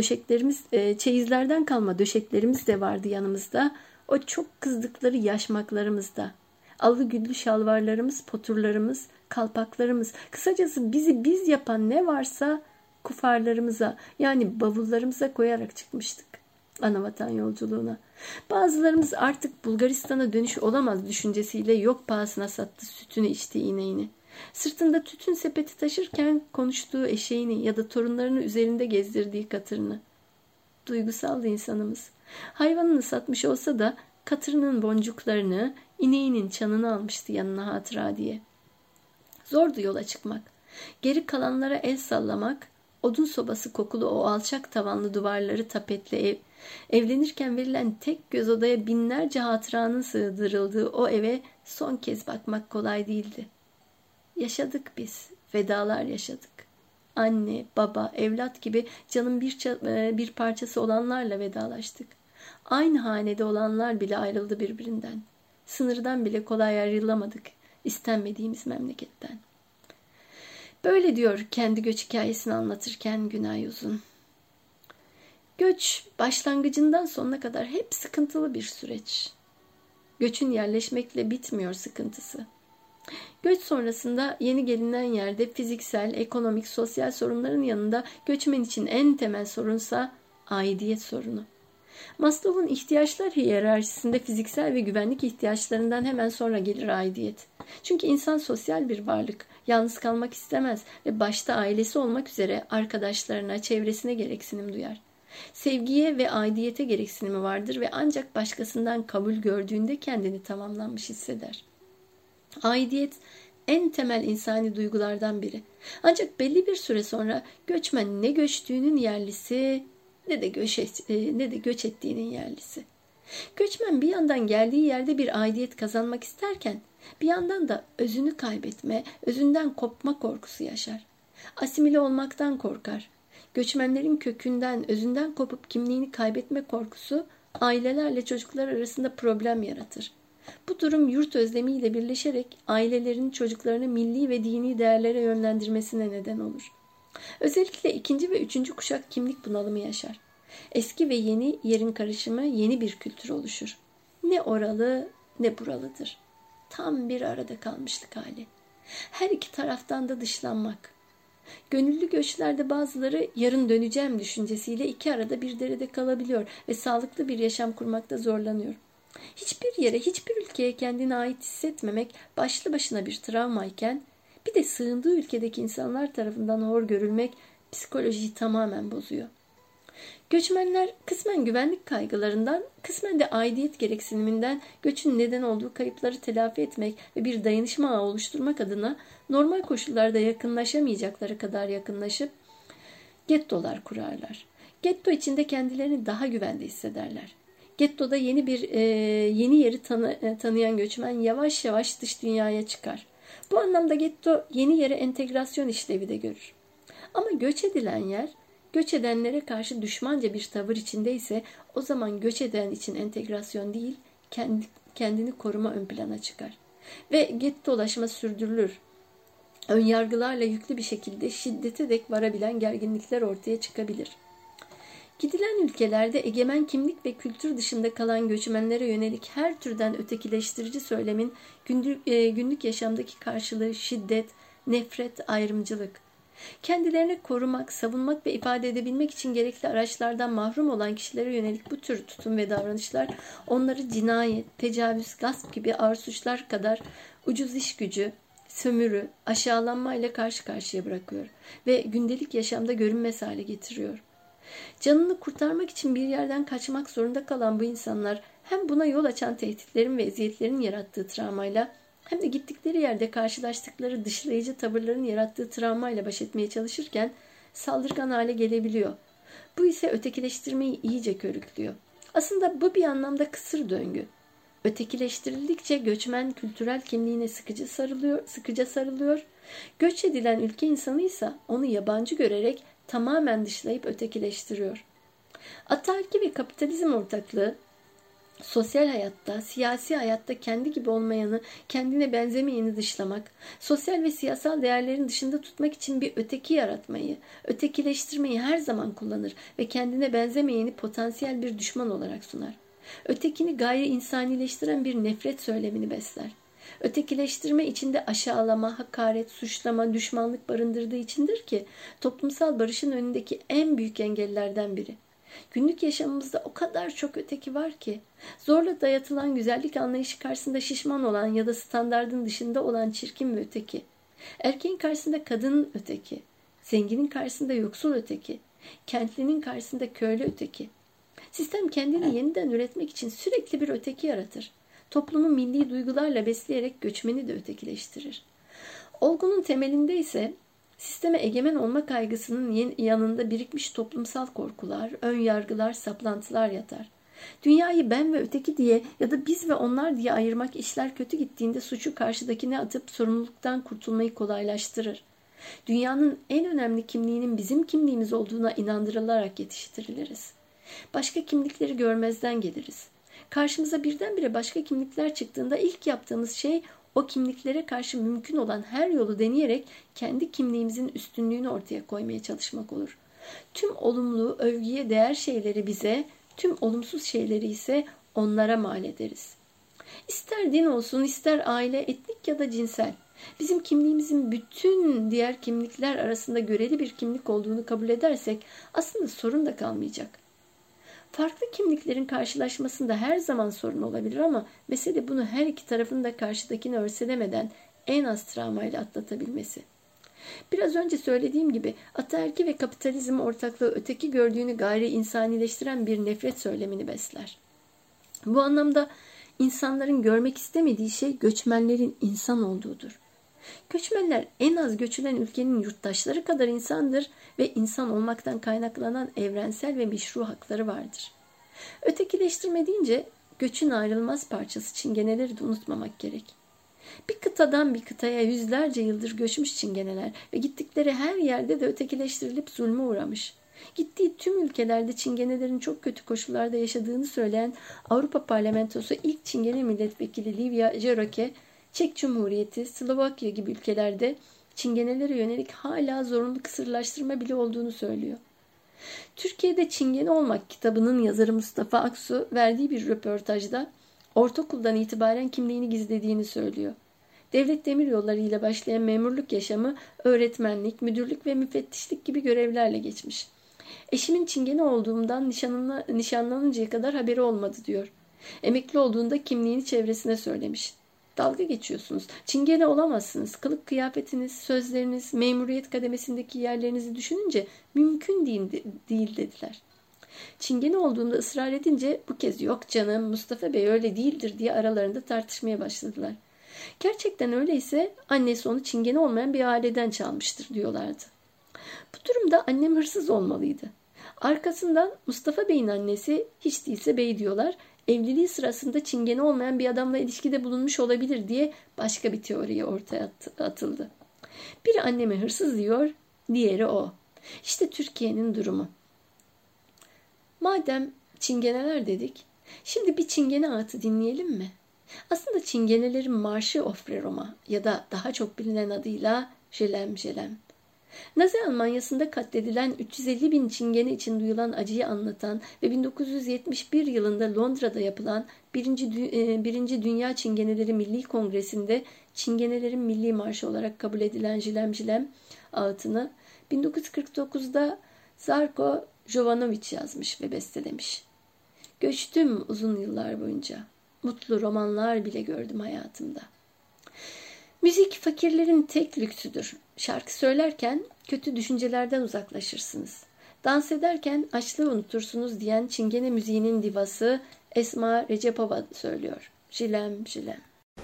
kalma döşeklerimiz de vardı yanımızda. O çok kızdıkları yaşmaklarımızda. Allı güllü şalvarlarımız, poturlarımız, kalpaklarımız, kısacası bizi biz yapan ne varsa kufarlarımıza, yani bavullarımıza koyarak çıkmıştık anavatan yolculuğuna. Bazılarımız artık Bulgaristan'a dönüş olamaz düşüncesiyle yok pahasına sattı sütünü içti ineğini. Sırtında tütün sepeti taşırken konuştuğu eşeğini ya da torunlarını üzerinde gezdirdiği katırını. Duygusaldı insanımız. Hayvanını satmış olsa da katırının boncuklarını, ineğinin çanını almıştı yanına hatıra diye. Zordu yola çıkmak. Geri kalanlara el sallamak, odun sobası kokulu o alçak tavanlı duvarları tapetle evlenirken verilen tek göz odaya binlerce hatıranın sığdırıldığı o eve son kez bakmak kolay değildi. Yaşadık biz, vedalar yaşadık. Anne, baba, evlat gibi canın bir parçası olanlarla vedalaştık. Aynı hanede olanlar bile ayrıldı birbirinden. Sınırdan bile kolay ayrılamadık istenmediğimiz memleketten. Böyle diyor kendi göç hikayesini anlatırken Günay Uzun. Göç başlangıcından sonuna kadar hep sıkıntılı bir süreç. Göçün yerleşmekle bitmiyor sıkıntısı. Göç sonrasında yeni gelinen yerde fiziksel, ekonomik, sosyal sorunların yanında göçmen için en temel sorunsa aidiyet sorunu. Maslow'un ihtiyaçlar hiyerarşisinde fiziksel ve güvenlik ihtiyaçlarından hemen sonra gelir aidiyet. Çünkü insan sosyal bir varlık, yalnız kalmak istemez ve başta ailesi olmak üzere arkadaşlarına, çevresine gereksinim duyar. Sevgiye ve aidiyete gereksinimi vardır ve ancak başkasından kabul gördüğünde kendini tamamlanmış hisseder. Aidiyet en temel insani duygulardan biri. Ancak belli bir süre sonra göçmen ne göçtüğünün yerlisi ne de göç ettiğinin yerlisi. Göçmen bir yandan geldiği yerde bir aidiyet kazanmak isterken bir yandan da özünü kaybetme, özünden kopma korkusu yaşar. Asimile olmaktan korkar. Göçmenlerin kökünden, özünden kopup kimliğini kaybetme korkusu ailelerle çocuklar arasında problem yaratır. Bu durum yurt özlemiyle birleşerek ailelerin çocuklarını milli ve dini değerlere yönlendirmesine neden olur. Özellikle 2. ve 3. kuşak kimlik bunalımı yaşar. Eski ve yeni yerin karışımı yeni bir kültür oluşur. Ne oralı ne buralıdır. Tam bir arada kalmışlık hali. Her iki taraftan da dışlanmak. Gönüllü göçlerde bazıları yarın döneceğim düşüncesiyle iki arada bir derede kalabiliyor ve sağlıklı bir yaşam kurmakta zorlanıyor. Hiçbir yere, hiçbir ülkeye kendine ait hissetmemek başlı başına bir travmayken, bir de sığındığı ülkedeki insanlar tarafından hor görülmek psikolojiyi tamamen bozuyor. Göçmenler kısmen güvenlik kaygılarından, kısmen de aidiyet gereksiniminden göçün neden olduğu kayıpları telafi etmek ve bir dayanışma ağı oluşturmak adına normal koşullarda yakınlaşamayacakları kadar yakınlaşıp gettolar kurarlar. Getto içinde kendilerini daha güvende hissederler. Gettoda yeni yeri tanıyan göçmen yavaş yavaş dış dünyaya çıkar. Bu anlamda getto yeni yere entegrasyon işlevi de görür. Ama göç edilen yer, göç edenlere karşı düşmanca bir tavır içindeyse o zaman göç eden için entegrasyon değil, kendini koruma ön plana çıkar. Ve gettolaşma sürdürülür. Önyargılarla yüklü bir şekilde şiddete dek varabilen gerginlikler ortaya çıkabilir. Gidilen ülkelerde egemen kimlik ve kültür dışında kalan göçmenlere yönelik her türden ötekileştirici söylemin günlük yaşamdaki karşılığı şiddet, nefret, ayrımcılık. Kendilerini korumak, savunmak ve ifade edebilmek için gerekli araçlardan mahrum olan kişilere yönelik bu tür tutum ve davranışlar onları cinayet, tecavüz, gasp gibi ağır suçlar kadar ucuz iş gücü, sömürü, aşağılanma ile karşı karşıya bırakıyor ve gündelik yaşamda görünmez hale getiriyor. Canını kurtarmak için bir yerden kaçmak zorunda kalan bu insanlar hem buna yol açan tehditlerin ve eziyetlerin yarattığı travmayla hem de gittikleri yerde karşılaştıkları dışlayıcı tavırların yarattığı travmayla baş etmeye çalışırken saldırgan hale gelebiliyor. Bu ise ötekileştirmeyi iyice körüklüyor. Aslında bu bir anlamda kısır döngü. Ötekileştirildikçe göçmen kültürel kimliğine sıkıca sarılıyor. Göç edilen ülke insanı ise onu yabancı görerek tamamen dışlayıp ötekileştiriyor. Ataerki ve kapitalizm ortaklığı sosyal hayatta, siyasi hayatta kendi gibi olmayanı, kendine benzemeyeni dışlamak, sosyal ve siyasal değerlerin dışında tutmak için bir öteki yaratmayı, ötekileştirmeyi her zaman kullanır ve kendine benzemeyeni potansiyel bir düşman olarak sunar. Ötekini gayri insanileştiren bir nefret söylemini besler. Ötekileştirme içinde aşağılama, hakaret, suçlama, düşmanlık barındırdığı içindir ki toplumsal barışın önündeki en büyük engellerden biri. Günlük yaşamımızda o kadar çok öteki var ki, zorla dayatılan güzellik anlayışı karşısında şişman olan ya da standardın dışında olan çirkin bir öteki, erkeğin karşısında kadının öteki, zenginin karşısında yoksul öteki, kentlinin karşısında köylü öteki. Sistem kendini yeniden üretmek için sürekli bir öteki yaratır. Toplumu milli duygularla besleyerek göçmeni de ötekileştirir. Olgunun temelinde ise sisteme egemen olma kaygısının yanında birikmiş toplumsal korkular, ön yargılar, saplantılar yatar. Dünyayı ben ve öteki diye ya da biz ve onlar diye ayırmak işler kötü gittiğinde suçu karşıdakine atıp sorumluluktan kurtulmayı kolaylaştırır. Dünyanın en önemli kimliğinin bizim kimliğimiz olduğuna inandırılarak yetiştiriliriz. Başka kimlikleri görmezden geliriz. Karşımıza birdenbire başka kimlikler çıktığında ilk yaptığımız şey o kimliklere karşı mümkün olan her yolu deneyerek kendi kimliğimizin üstünlüğünü ortaya koymaya çalışmak olur. Tüm olumlu, övgüye değer şeyleri bize, tüm olumsuz şeyleri ise onlara mal ederiz. İster din olsun, ister aile, etnik ya da cinsel. Bizim kimliğimizin bütün diğer kimlikler arasında göreli bir kimlik olduğunu kabul edersek aslında sorun da kalmayacak. Farklı kimliklerin karşılaşmasında her zaman sorun olabilir ama mesele bunu her iki tarafın da karşıdakini örselemeden en az travmayla atlatabilmesi. Biraz önce söylediğim gibi ataerki ve kapitalizm ortaklığı öteki gördüğünü gayri insanileştiren bir nefret söylemini besler. Bu anlamda insanların görmek istemediği şey göçmenlerin insan olduğudur. Göçmenler en az göçülen ülkenin yurttaşları kadar insandır ve insan olmaktan kaynaklanan evrensel ve meşru hakları vardır. Ötekileştirme deyince göçün ayrılmaz parçası çingeneleri de unutmamak gerek. Bir kıtadan bir kıtaya yüzlerce yıldır göçmüş çingeneler ve gittikleri her yerde de ötekileştirilip zulme uğramış. Gittiği tüm ülkelerde çingenelerin çok kötü koşullarda yaşadığını söyleyen Avrupa Parlamentosu ilk çingene milletvekili Livia Jeroke, Çek Cumhuriyeti, Slovakya gibi ülkelerde çingenelere yönelik hala zorunlu kısırlaştırma bile olduğunu söylüyor. Türkiye'de Çingene Olmak kitabının yazarı Mustafa Aksu verdiği bir röportajda ortaokuldan itibaren kimliğini gizlediğini söylüyor. Devlet demiryolları ile başlayan memurluk yaşamı öğretmenlik, müdürlük ve müfettişlik gibi görevlerle geçmiş. Eşimin Çingene olduğumdan nişanlanıncaya kadar haberi olmadı diyor. Emekli olduğunda kimliğini çevresine söylemiş. Dalga geçiyorsunuz. Çingene olamazsınız. Kılık kıyafetiniz, sözleriniz, memuriyet kademesindeki yerlerinizi düşününce mümkün değil dediler. Çingene olduğunda ısrar edince bu kez yok canım Mustafa Bey öyle değildir diye aralarında tartışmaya başladılar. Gerçekten öyleyse annesi onu çingene olmayan bir aileden çalmıştır diyorlardı. Bu durumda annem hırsız olmalıydı. Arkasından Mustafa Bey'in annesi hiç değilse bey diyorlar. Evliliği sırasında çingene olmayan bir adamla ilişkide bulunmuş olabilir diye başka bir teoriye ortaya atıldı. Biri anneme hırsız diyor, diğeri o. İşte Türkiye'nin durumu. Madem çingeneler dedik, şimdi bir çingene ağıtı dinleyelim mi? Aslında çingenelerin marşı Ofre Roma ya da daha çok bilinen adıyla Jelem Jelem. Nazi Almanyası'nda katledilen 350 bin çingene için duyulan acıyı anlatan ve 1971 yılında Londra'da yapılan 1. Dünya Çingeneleri Milli Kongresi'nde çingenelerin milli marşı olarak kabul edilen Jilem Jilem ağıtını 1949'da Zarko Jovanovic yazmış ve bestelemiş. Göçtüm uzun yıllar boyunca. Mutlu romanlar bile gördüm hayatımda. Müzik fakirlerin tek lüksüdür. Şarkı söylerken kötü düşüncelerden uzaklaşırsınız. Dans ederken açlığı unutursunuz diyen Çingene müziğinin divası Esma Recepova söylüyor. Jilem jilem.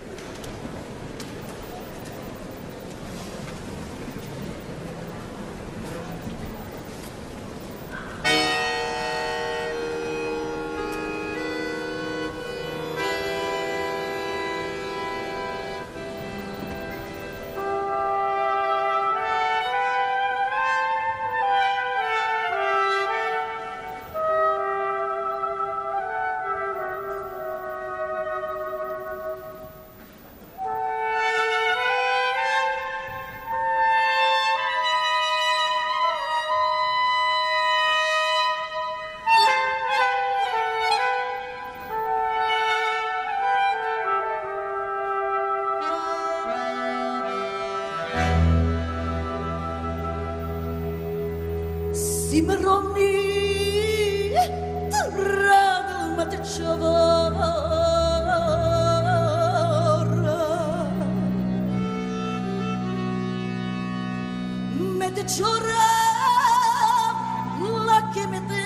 Simroni tragılmadı çavara Mete çora la que me te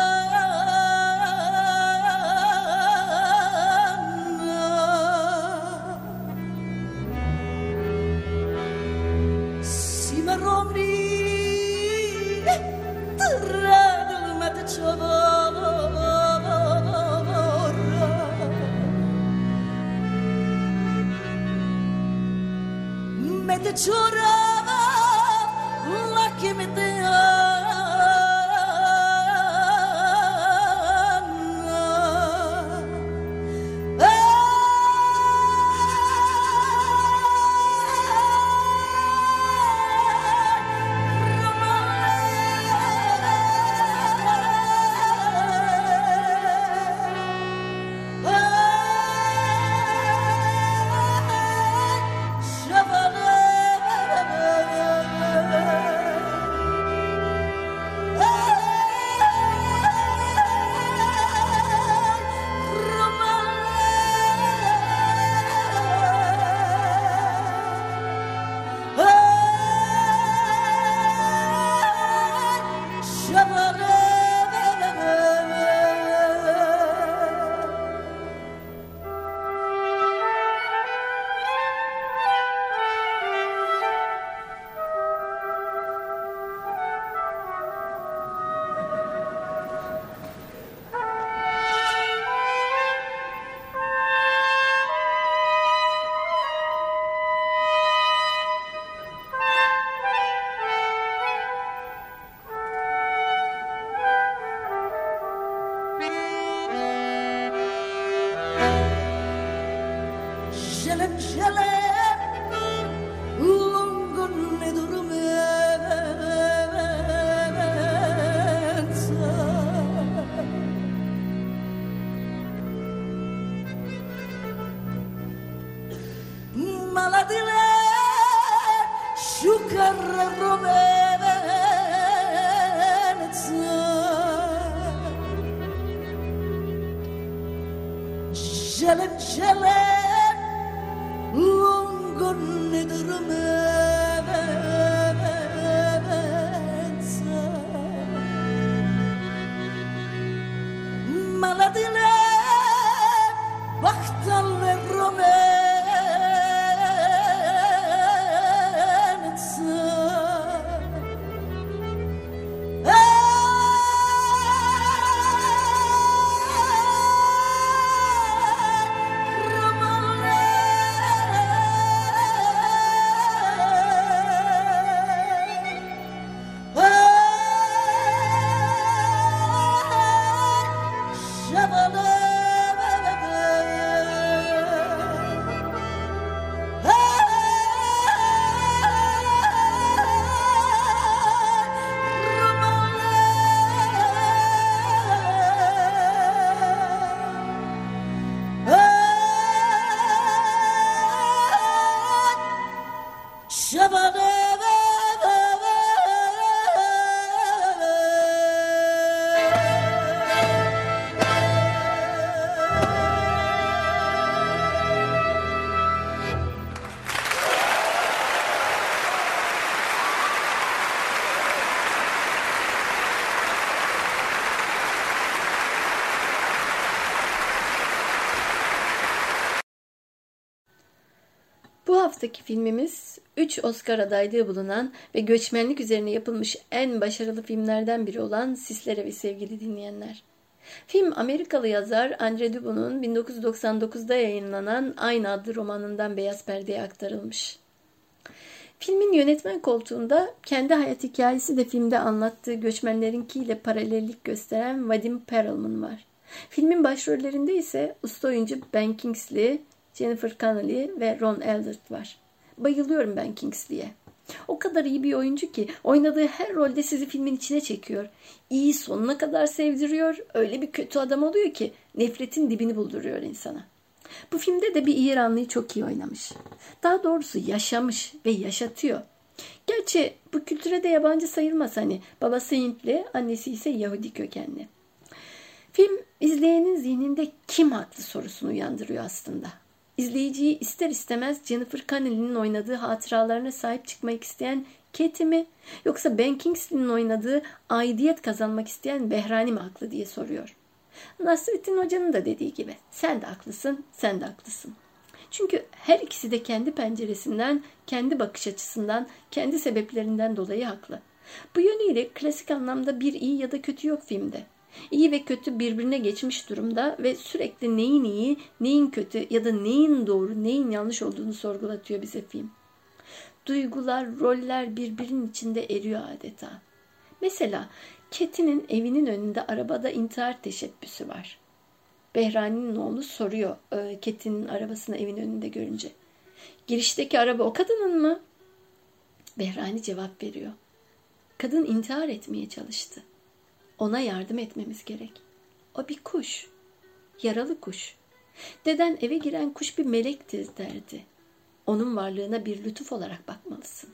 Simroni me te lloraba la que me te haftaki filmimiz 3 Oscar adaylığı bulunan ve göçmenlik üzerine yapılmış en başarılı filmlerden biri olan Sisler Evi sevgili dinleyenler. Film Amerikalı yazar Andre Dubon'un 1999'da yayınlanan aynı adlı romanından beyaz perdeye aktarılmış. Filmin yönetmen koltuğunda kendi hayat hikayesi de filmde anlattığı göçmenlerinkiyle paralellik gösteren Vadim Perelman var. Filmin başrollerinde ise usta oyuncu Ben Kingsley, Jennifer Connelly ve Ron Eldard var. Bayılıyorum Ben Kingsley'e. O kadar iyi bir oyuncu ki oynadığı her rolde sizi filmin içine çekiyor. İyi sonuna kadar sevdiriyor. Öyle bir kötü adam oluyor ki nefretin dibini bulduruyor insana. Bu filmde de bir İranlıyı çok iyi oynamış. Daha doğrusu yaşamış ve yaşatıyor. Gerçi bu kültüre de yabancı sayılmaz hani. Babası Hintli, annesi ise Yahudi kökenli. Film izleyenin zihninde kim haklı sorusunu uyandırıyor aslında. İzleyiciyi ister istemez Jennifer Connelly'nin oynadığı hatıralarına sahip çıkmak isteyen Katie mi yoksa Ben Kingsley'nin oynadığı aidiyet kazanmak isteyen Behrani mi haklı diye soruyor. Nasrettin Hoca'nın da dediği gibi sen de haklısın, sen de haklısın. Çünkü her ikisi de kendi penceresinden, kendi bakış açısından, kendi sebeplerinden dolayı haklı. Bu yönüyle klasik anlamda bir iyi ya da kötü yok filmde. İyi ve kötü birbirine geçmiş durumda ve sürekli neyin iyi, neyin kötü ya da neyin doğru, neyin yanlış olduğunu sorgulatıyor bize film. Duygular, roller birbirinin içinde eriyor adeta. Mesela Katie'nin evinin önünde arabada intihar teşebbüsü var. Behrani'nin oğlu soruyor Katie'nin arabasını evin önünde görünce. Girişteki araba o kadının mı? Behrani cevap veriyor. Kadın intihar etmeye çalıştı. Ona yardım etmemiz gerek. O bir kuş. Yaralı kuş. Deden eve giren kuş bir melektir derdi. Onun varlığına bir lütuf olarak bakmalısın.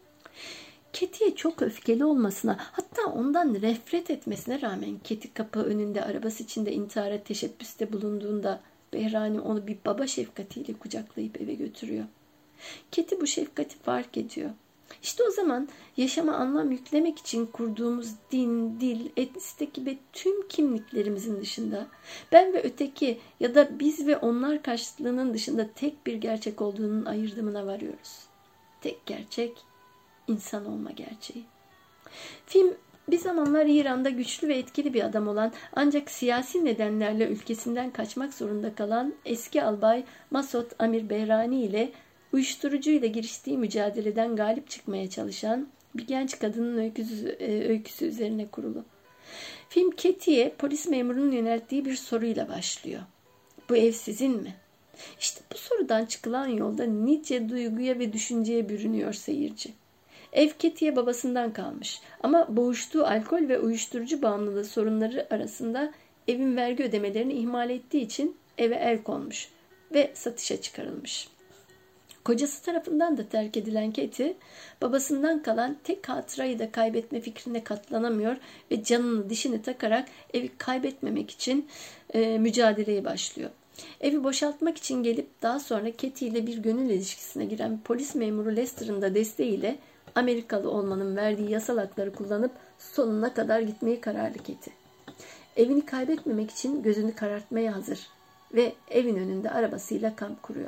Katie'ye çok öfkeli olmasına, hatta ondan nefret etmesine rağmen Katie kapı önünde arabası içinde intihara teşebbüste bulunduğunda Behrani onu bir baba şefkatiyle kucaklayıp eve götürüyor. Katie bu şefkati fark ediyor. İşte o zaman yaşama anlam yüklemek için kurduğumuz din, dil, etnisite gibi tüm kimliklerimizin dışında ben ve öteki ya da biz ve onlar karşıtlığının dışında tek bir gerçek olduğunun ayırdımına varıyoruz. Tek gerçek insan olma gerçeği. Film bir zamanlar İran'da güçlü ve etkili bir adam olan ancak siyasi nedenlerle ülkesinden kaçmak zorunda kalan eski albay Masud Amir Behrani ile uyuşturucuyla giriştiği mücadeleden galip çıkmaya çalışan bir genç kadının öyküsü üzerine kurulu. Film Katie'ye polis memurunun yönelttiği bir soruyla başlıyor. Bu ev sizin mi? İşte bu sorudan çıkılan yolda nice duyguya ve düşünceye bürünüyor seyirci. Ev Katie'ye babasından kalmış ama boğuştuğu alkol ve uyuşturucu bağımlılığı sorunları arasında evin vergi ödemelerini ihmal ettiği için eve el konmuş ve satışa çıkarılmış. Kocası tarafından da terk edilen Katie, babasından kalan tek hatırayı da kaybetme fikrine katlanamıyor ve canını dişini takarak evi kaybetmemek için mücadeleye başlıyor. Evi boşaltmak için gelip daha sonra Katie ile bir gönül ilişkisine giren polis memuru Lester'ın da desteğiyle Amerikalı olmanın verdiği yasal hakları kullanıp sonuna kadar gitmeyi kararlı Katie. Evini kaybetmemek için gözünü karartmaya hazır ve evin önünde arabasıyla kamp kuruyor.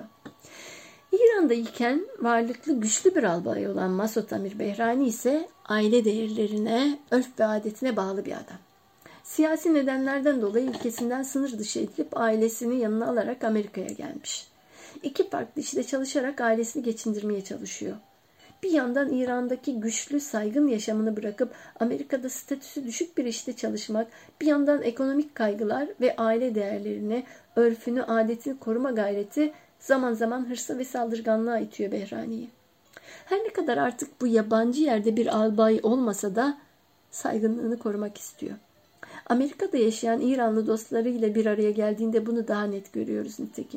İran'dayken varlıklı güçlü bir albay olan Masud Amir Behrani ise aile değerlerine, örf ve adetine bağlı bir adam. Siyasi nedenlerden dolayı ülkesinden sınır dışı edilip ailesini yanına alarak Amerika'ya gelmiş. 2 farklı işte çalışarak ailesini geçindirmeye çalışıyor. Bir yandan İran'daki güçlü, saygın yaşamını bırakıp Amerika'da statüsü düşük bir işte çalışmak, bir yandan ekonomik kaygılar ve aile değerlerini, örfünü, adetini koruma gayreti zaman zaman hırsa ve saldırganlığa itiyor Behrani'yi. Her ne kadar artık bu yabancı yerde bir albay olmasa da saygınlığını korumak istiyor. Amerika'da yaşayan İranlı dostlarıyla bir araya geldiğinde bunu daha net görüyoruz nitekim.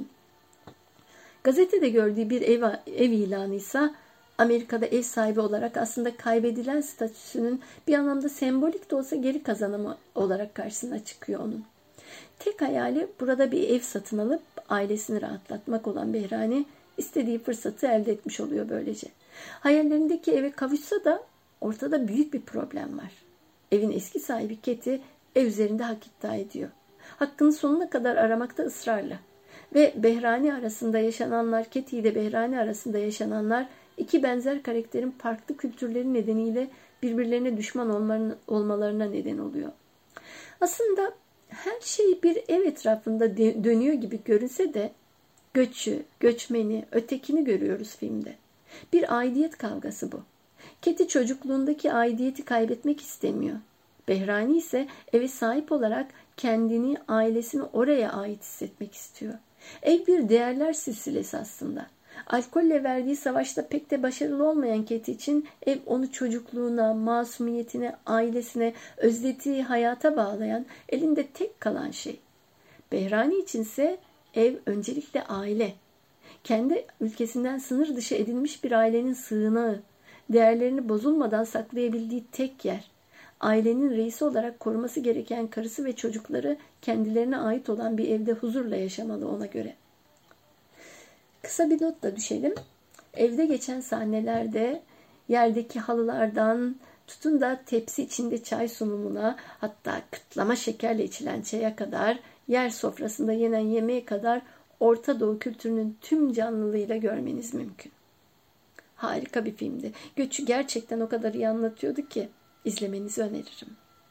Gazetede gördüğü bir ev ilanıysa Amerika'da ev sahibi olarak aslında kaybedilen statüsünün bir anlamda sembolik de olsa geri kazanımı olarak karşısına çıkıyor onun. Tek hayali burada bir ev satın alıp ailesini rahatlatmak olan Behrani istediği fırsatı elde etmiş oluyor böylece. Hayallerindeki eve kavuşsa da ortada büyük bir problem var. Evin eski sahibi Katie ev üzerinde hak iddia ediyor. Hakkını sonuna kadar aramakta ısrarlı. Ve Behrani arasında yaşananlar, Ketty ile Behrani arasında yaşananlar iki benzer karakterin farklı kültürleri nedeniyle birbirlerine düşman olmalarına neden oluyor. Aslında her şey bir ev etrafında dönüyor gibi görünse de göçü, göçmeni, ötekini görüyoruz filmde. Bir aidiyet kavgası bu. Ketty çocukluğundaki aidiyeti kaybetmek istemiyor. Behrani ise eve sahip olarak kendini, ailesini oraya ait hissetmek istiyor. Ev bir değerler silsilesi aslında. Alkolle verdiği savaşta pek de başarılı olmayan Ketty için ev onu çocukluğuna, masumiyetine, ailesine, özlediği hayata bağlayan, elinde tek kalan şey. Behrani içinse ev öncelikle aile. Kendi ülkesinden sınır dışı edilmiş bir ailenin sığınağı, değerlerini bozulmadan saklayabildiği tek yer. Ailenin reisi olarak koruması gereken karısı ve çocukları kendilerine ait olan bir evde huzurla yaşamalı ona göre. Kısa bir not da düşelim. Evde geçen sahnelerde yerdeki halılardan tutun da tepsi içinde çay sunumuna, hatta kıtlama şekerle içilen çaya kadar, yer sofrasında yenen yemeğe kadar Orta Doğu kültürünün tüm canlılığıyla görmeniz mümkün. Harika bir filmdi. Göçü gerçekten o kadar iyi anlatıyordu ki izlemenizi öneririm.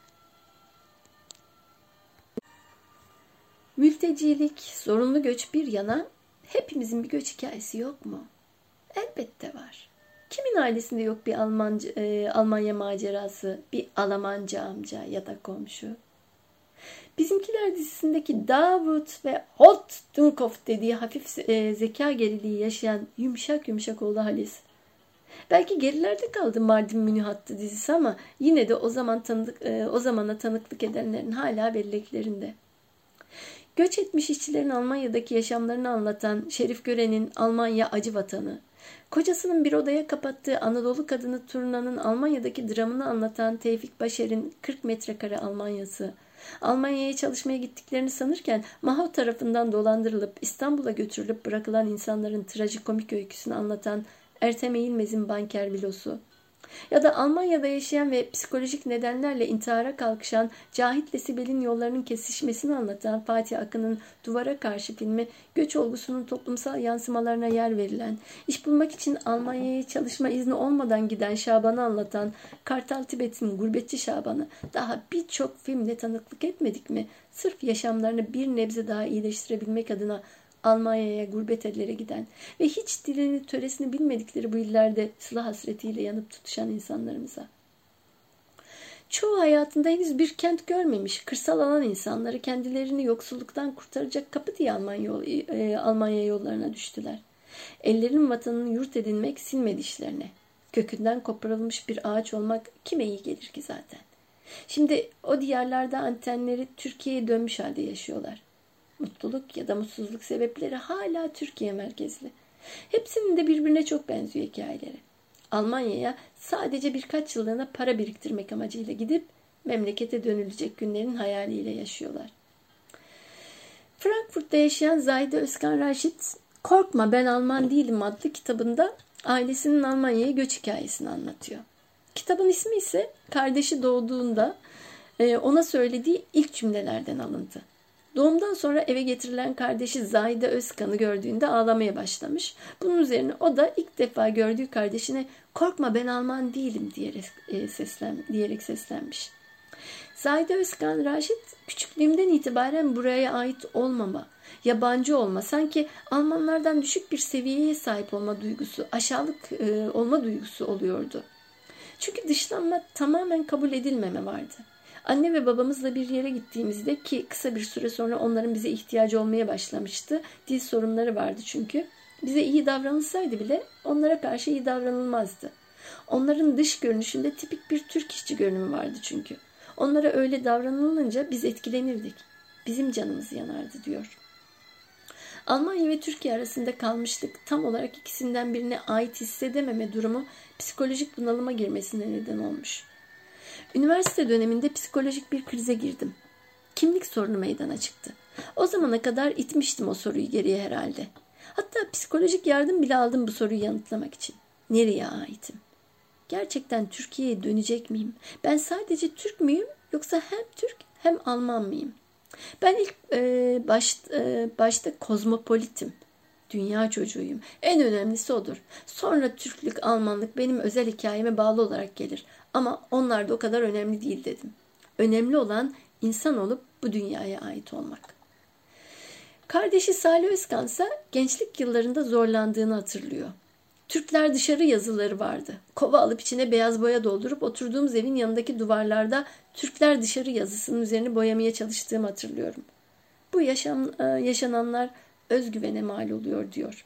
Mültecilik, zorunlu göç bir yana, hepimizin bir göç hikayesi yok mu? Elbette var. Kimin ailesinde yok bir Almanya macerası, bir Almanca amca ya da komşu? Bizimkiler dizisindeki Davut ve Holt Dunkopf dediği hafif zeka geriliği yaşayan yumuşak yumuşak oğlu Halis. Belki gerilerde kaldı Mardin Münih Hattı dizisi ama yine de o zamana tanıklık edenlerin hala belleklerinde. Göç etmiş işçilerin Almanya'daki yaşamlarını anlatan Şerif Gören'in Almanya Acı Vatanı, kocasının bir odaya kapattığı Anadolu kadını Turna'nın Almanya'daki dramını anlatan Tevfik Başer'in 40 metrekare Almanya'sı, Almanya'ya çalışmaya gittiklerini sanırken Mao tarafından dolandırılıp İstanbul'a götürülüp bırakılan insanların trajikomik öyküsünü anlatan Ertem Eğilmez'in Banker Bilosu, ya da Almanya'da yaşayan ve psikolojik nedenlerle intihara kalkışan Cahit'le Sibel'in yollarının kesişmesini anlatan Fatih Akın'ın Duvara Karşı filmi, göç olgusunun toplumsal yansımalarına yer verilen, iş bulmak için Almanya'ya çalışma izni olmadan giden Şaban'ı anlatan Kartal Tibet'in Gurbetçi Şaban'ı daha birçok filmle tanıklık etmedik mi? Sırf yaşamlarını bir nebze daha iyileştirebilmek adına Almanya'ya gurbet ellere giden ve hiç dilini töresini bilmedikleri bu illerde sıla hasretiyle yanıp tutuşan insanlarımıza. Çoğu hayatında henüz bir kent görmemiş, kırsal alan insanları kendilerini yoksulluktan kurtaracak kapı diye Almanya yollarına düştüler. Ellerin vatanını yurt edinmek sinmedi işlerine. Kökünden koparılmış bir ağaç olmak kime iyi gelir ki zaten. Şimdi o diyarlarda antenleri Türkiye'ye dönmüş halde yaşıyorlar. Mutluluk ya da mutsuzluk sebepleri hala Türkiye merkezli. Hepsinin de birbirine çok benziyor hikayeleri. Almanya'ya sadece birkaç yıllığına para biriktirmek amacıyla gidip memlekete dönülecek günlerin hayaliyle yaşıyorlar. Frankfurt'ta yaşayan Zahide Özkan Raşit, Korkma Ben Alman Değilim adlı kitabında ailesinin Almanya'ya göç hikayesini anlatıyor. Kitabın ismi ise kardeşi doğduğunda ona söylediği ilk cümlelerden alıntı. Doğumdan sonra eve getirilen kardeşi Zahide Özkan'ı gördüğünde ağlamaya başlamış. Bunun üzerine o da ilk defa gördüğü kardeşine "Korkma ben Alman değilim" diyerek seslenmiş. Zahide Özkan Raşit küçüklüğümden itibaren buraya ait olmama, yabancı olma, sanki Almanlardan düşük bir seviyeye sahip olma duygusu, aşağılık olma duygusu oluyordu. Çünkü dışlanma, tamamen kabul edilmeme vardı. Anne ve babamızla bir yere gittiğimizde, ki kısa bir süre sonra onların bize ihtiyacı olmaya başlamıştı. Dil sorunları vardı çünkü. Bize iyi davranılsaydı bile onlara karşı iyi davranılmazdı. Onların dış görünüşünde tipik bir Türk işçi görünümü vardı çünkü. Onlara öyle davranılınca biz etkilenirdik. Bizim canımız yanardı diyor. Almanya ve Türkiye arasında kalmıştık. Tam olarak ikisinden birine ait hissedememe durumu psikolojik bunalıma girmesine neden olmuş. Üniversite döneminde psikolojik bir krize girdim. Kimlik sorunu meydana çıktı. O zamana kadar itmiştim o soruyu geriye herhalde. Hatta psikolojik yardım bile aldım bu soruyu yanıtlamak için. Nereye aitim? Gerçekten Türkiye'ye dönecek miyim? Ben sadece Türk müyüm, yoksa hem Türk hem Alman mıyım? Ben ilk başta kozmopolitim. Dünya çocuğuyum. En önemlisi odur. Sonra Türklük, Almanlık benim özel hikayeme bağlı olarak gelir. Ama onlar da o kadar önemli değil dedim. Önemli olan insan olup bu dünyaya ait olmak. Kardeşi Salih Özkan ise gençlik yıllarında zorlandığını hatırlıyor. Türkler dışarı yazıları vardı. Kova alıp içine beyaz boya doldurup oturduğumuz evin yanındaki duvarlarda Türkler dışarı yazısının üzerini boyamaya çalıştığımı hatırlıyorum. Bu yaşananlar özgüvene mal oluyor diyor.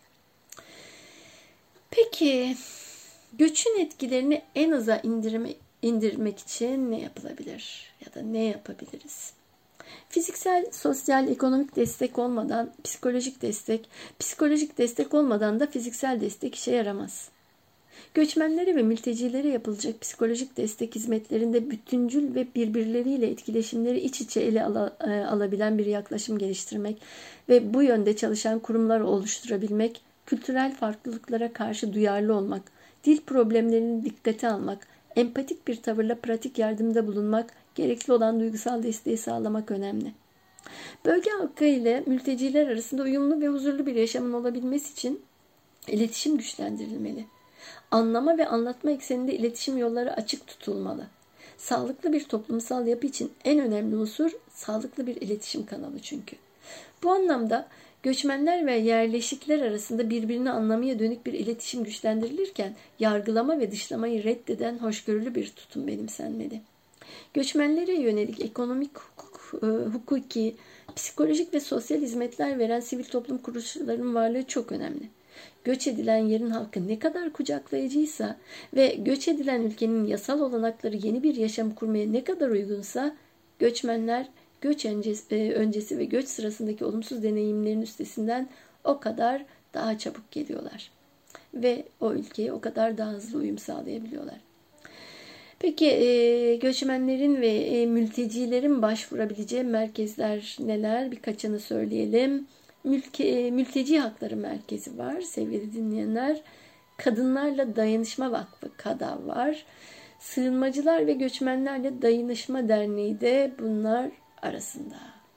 Peki göçün etkilerini en aza indirmek için ne yapılabilir ya da ne yapabiliriz? Fiziksel, sosyal, ekonomik destek olmadan psikolojik destek olmadan da fiziksel destek işe yaramaz. Göçmenlere ve mültecilere yapılacak psikolojik destek hizmetlerinde bütüncül ve birbirleriyle etkileşimleri iç içe ele alabilen bir yaklaşım geliştirmek ve bu yönde çalışan kurumlar oluşturabilmek, kültürel farklılıklara karşı duyarlı olmak, dil problemlerini dikkate almak, empatik bir tavırla pratik yardımda bulunmak, gerekli olan duygusal desteği sağlamak önemli. Bölge halkı ile mülteciler arasında uyumlu ve huzurlu bir yaşamın olabilmesi için iletişim güçlendirilmeli. Anlama ve anlatma ekseninde iletişim yolları açık tutulmalı. Sağlıklı bir toplumsal yapı için en önemli unsur sağlıklı bir iletişim kanalı çünkü. Bu anlamda göçmenler ve yerleşikler arasında birbirini anlamaya dönük bir iletişim güçlendirilirken yargılama ve dışlamayı reddeden hoşgörülü bir tutum benimsenmeli. Göçmenlere yönelik ekonomik, hukuki, psikolojik ve sosyal hizmetler veren sivil toplum kuruluşlarının varlığı çok önemli. Göç edilen yerin halkı ne kadar kucaklayıcıysa ve göç edilen ülkenin yasal olanakları yeni bir yaşam kurmaya ne kadar uygunsa, göçmenler göç öncesi ve göç sırasındaki olumsuz deneyimlerin üstesinden o kadar daha çabuk geliyorlar. Ve o ülkeye o kadar daha hızlı uyum sağlayabiliyorlar. Peki göçmenlerin ve mültecilerin başvurabileceği merkezler neler? Birkaçını söyleyelim. Mülteci Hakları Merkezi var sevgili dinleyenler. Kadınlarla Dayanışma Vakfı KADAV var. Sığınmacılar ve Göçmenlerle Dayanışma Derneği de bunlar arasında.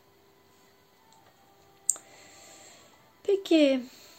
Peki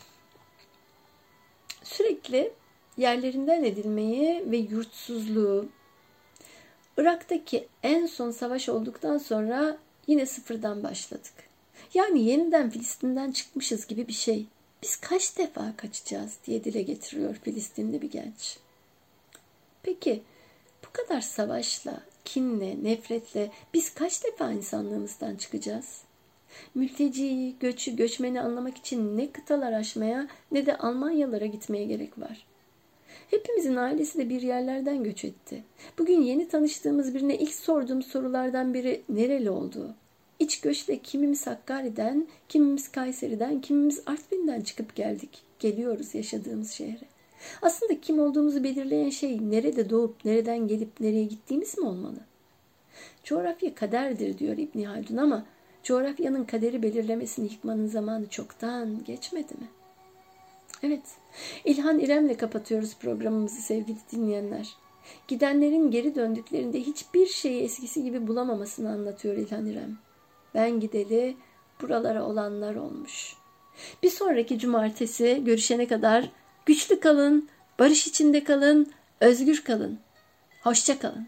sürekli yerlerinden edilmeyi ve yurtsuzluğu, Irak'taki en son savaş olduktan sonra yine sıfırdan başladık. Yani yeniden Filistin'den çıkmışız gibi bir şey. Biz kaç defa kaçacağız diye dile getiriyor Filistinli bir genç. Peki bu kadar savaşla, kinle, nefretle biz kaç defa insanlığımızdan çıkacağız? Mülteciyi, göçü, göçmeni anlamak için ne kıtalar aşmaya ne de Almanyalara gitmeye gerek var. Hepimizin ailesi de bir yerlerden göç etti. Bugün yeni tanıştığımız birine ilk sorduğum sorulardan biri nereli olduğu. İç göçle kimimiz Hakkari'den, kimimiz Kayseri'den, kimimiz Artvin'den çıkıp geliyoruz yaşadığımız şehre. Aslında kim olduğumuzu belirleyen şey nerede doğup, nereden gelip, nereye gittiğimiz mi olmalı? Coğrafya kaderdir diyor İbn Haldun ama coğrafyanın kaderi belirlemesini yıkmanın zamanı çoktan geçmedi mi? Evet, İlhan İrem'le kapatıyoruz programımızı sevgili dinleyenler. Gidenlerin geri döndüklerinde hiçbir şeyi eskisi gibi bulamamasını anlatıyor İlhan İrem. Ben gideli buralara olanlar olmuş. Bir sonraki cumartesi görüşene kadar güçlü kalın, barış içinde kalın, özgür kalın. Hoşça kalın.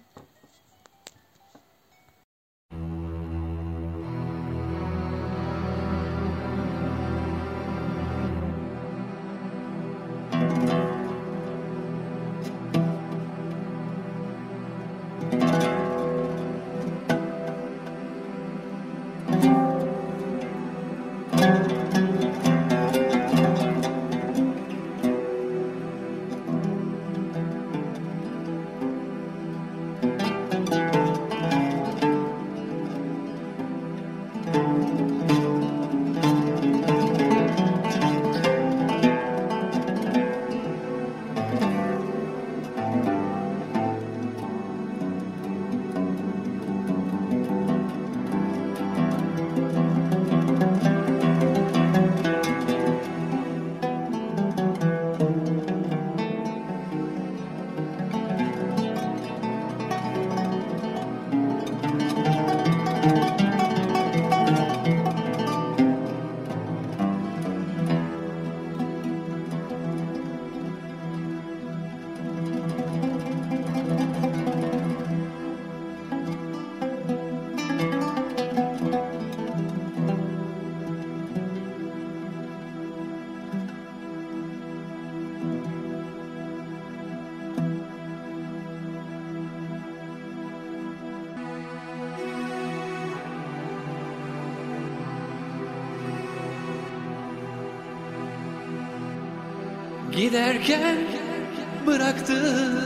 Giderken bıraktım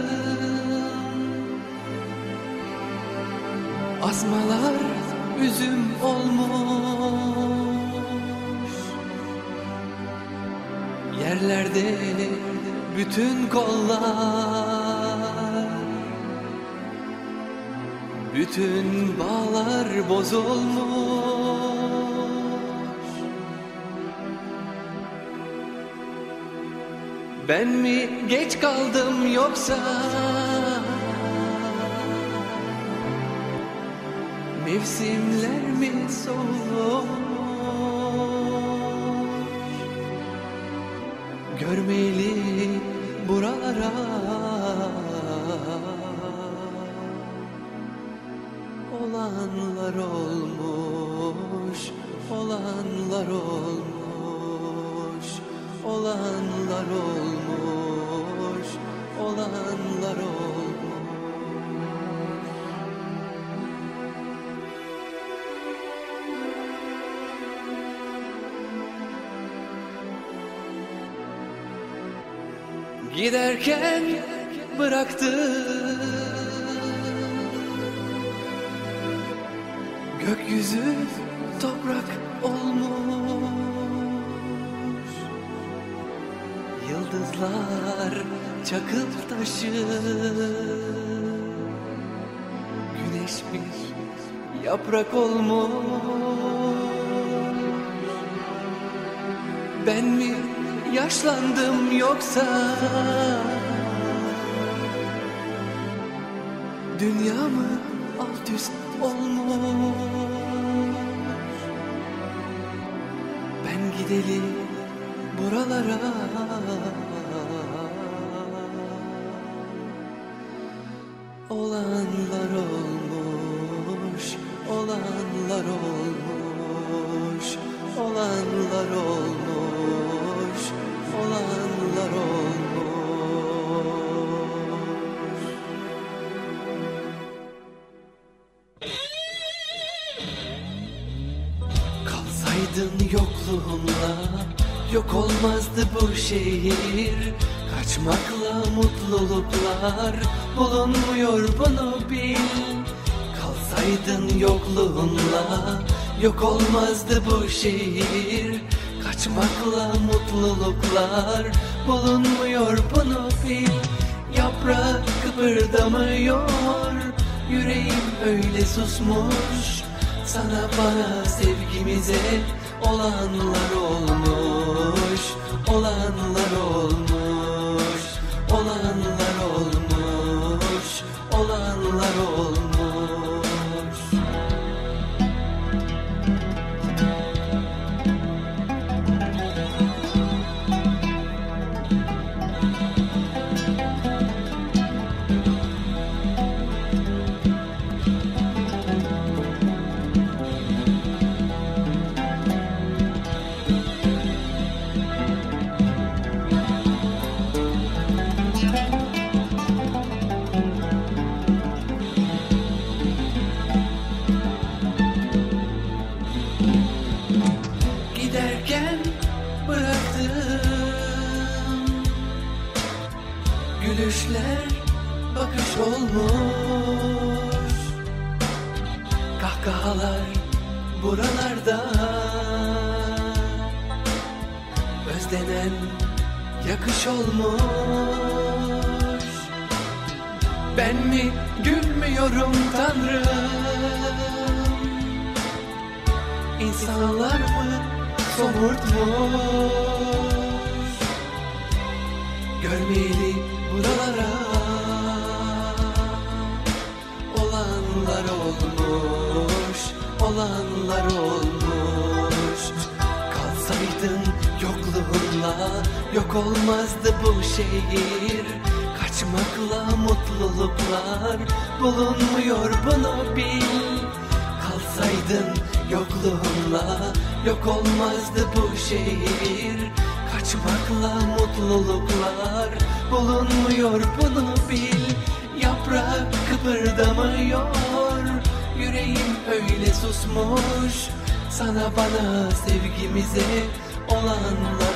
asmalar üzüm olmuş. Yerlerde bütün kollar, bütün bağlar bozulmuş. Ben mi geç kaldım yoksa mevsimler mi soğumuş? Görmeyeli buralara olanlar olmuş, olanlar olmuş, olanlar olmuş, olanlar olmuş. Giderken bıraktım gökyüzü toprak olmuş. Yıldızlar çakıl taşı, güneş bir yaprak olmuş. Ben mi yaşlandım yoksa dünya mı alt üst olmuş? Ben gideli buralara olanlar olmuş, olanlar olmuş, olanlar olmuş, olanlar olmuş. Kalsaydın yokluğunla yok olmazdı bu şehir. Kaçmakla mutluluklar bulunmuyor, bunu bil. Kalsaydın yokluğunla yok olmazdı bu şehir. Kaçmakla mutluluklar bulunmuyor, bunu bil. Yaprak kıpırdamıyor, yüreğim öyle susmuş. Sana bana sevgimize olanlar olmuş, olanlar olmuş, olanlar olmuş, olanlar olmuş. Giderken bıraktım gülüşler bakış olmuş. Kahkahalar buralarda, özlenen yakış olmuş. Ben mi gülmüyorum Tanrım, İnsanlar mı somurtmuş? Görmeyeli buralara olanlar olmuş, olanlar olmuş. Kalsaydın yokluğunla yok olmazdı bu şehir. Kaçmakla mutluluklar bulunmuyor, bunu bil. Kalsaydın yokluğunla yok olmazdı bu şehir. Kaçmakla mutluluklar bulunmuyor, bunu bil. Yaprak kıpırdamıyor, yüreğim öyle susmuş. Sana bana sevgimize olanlar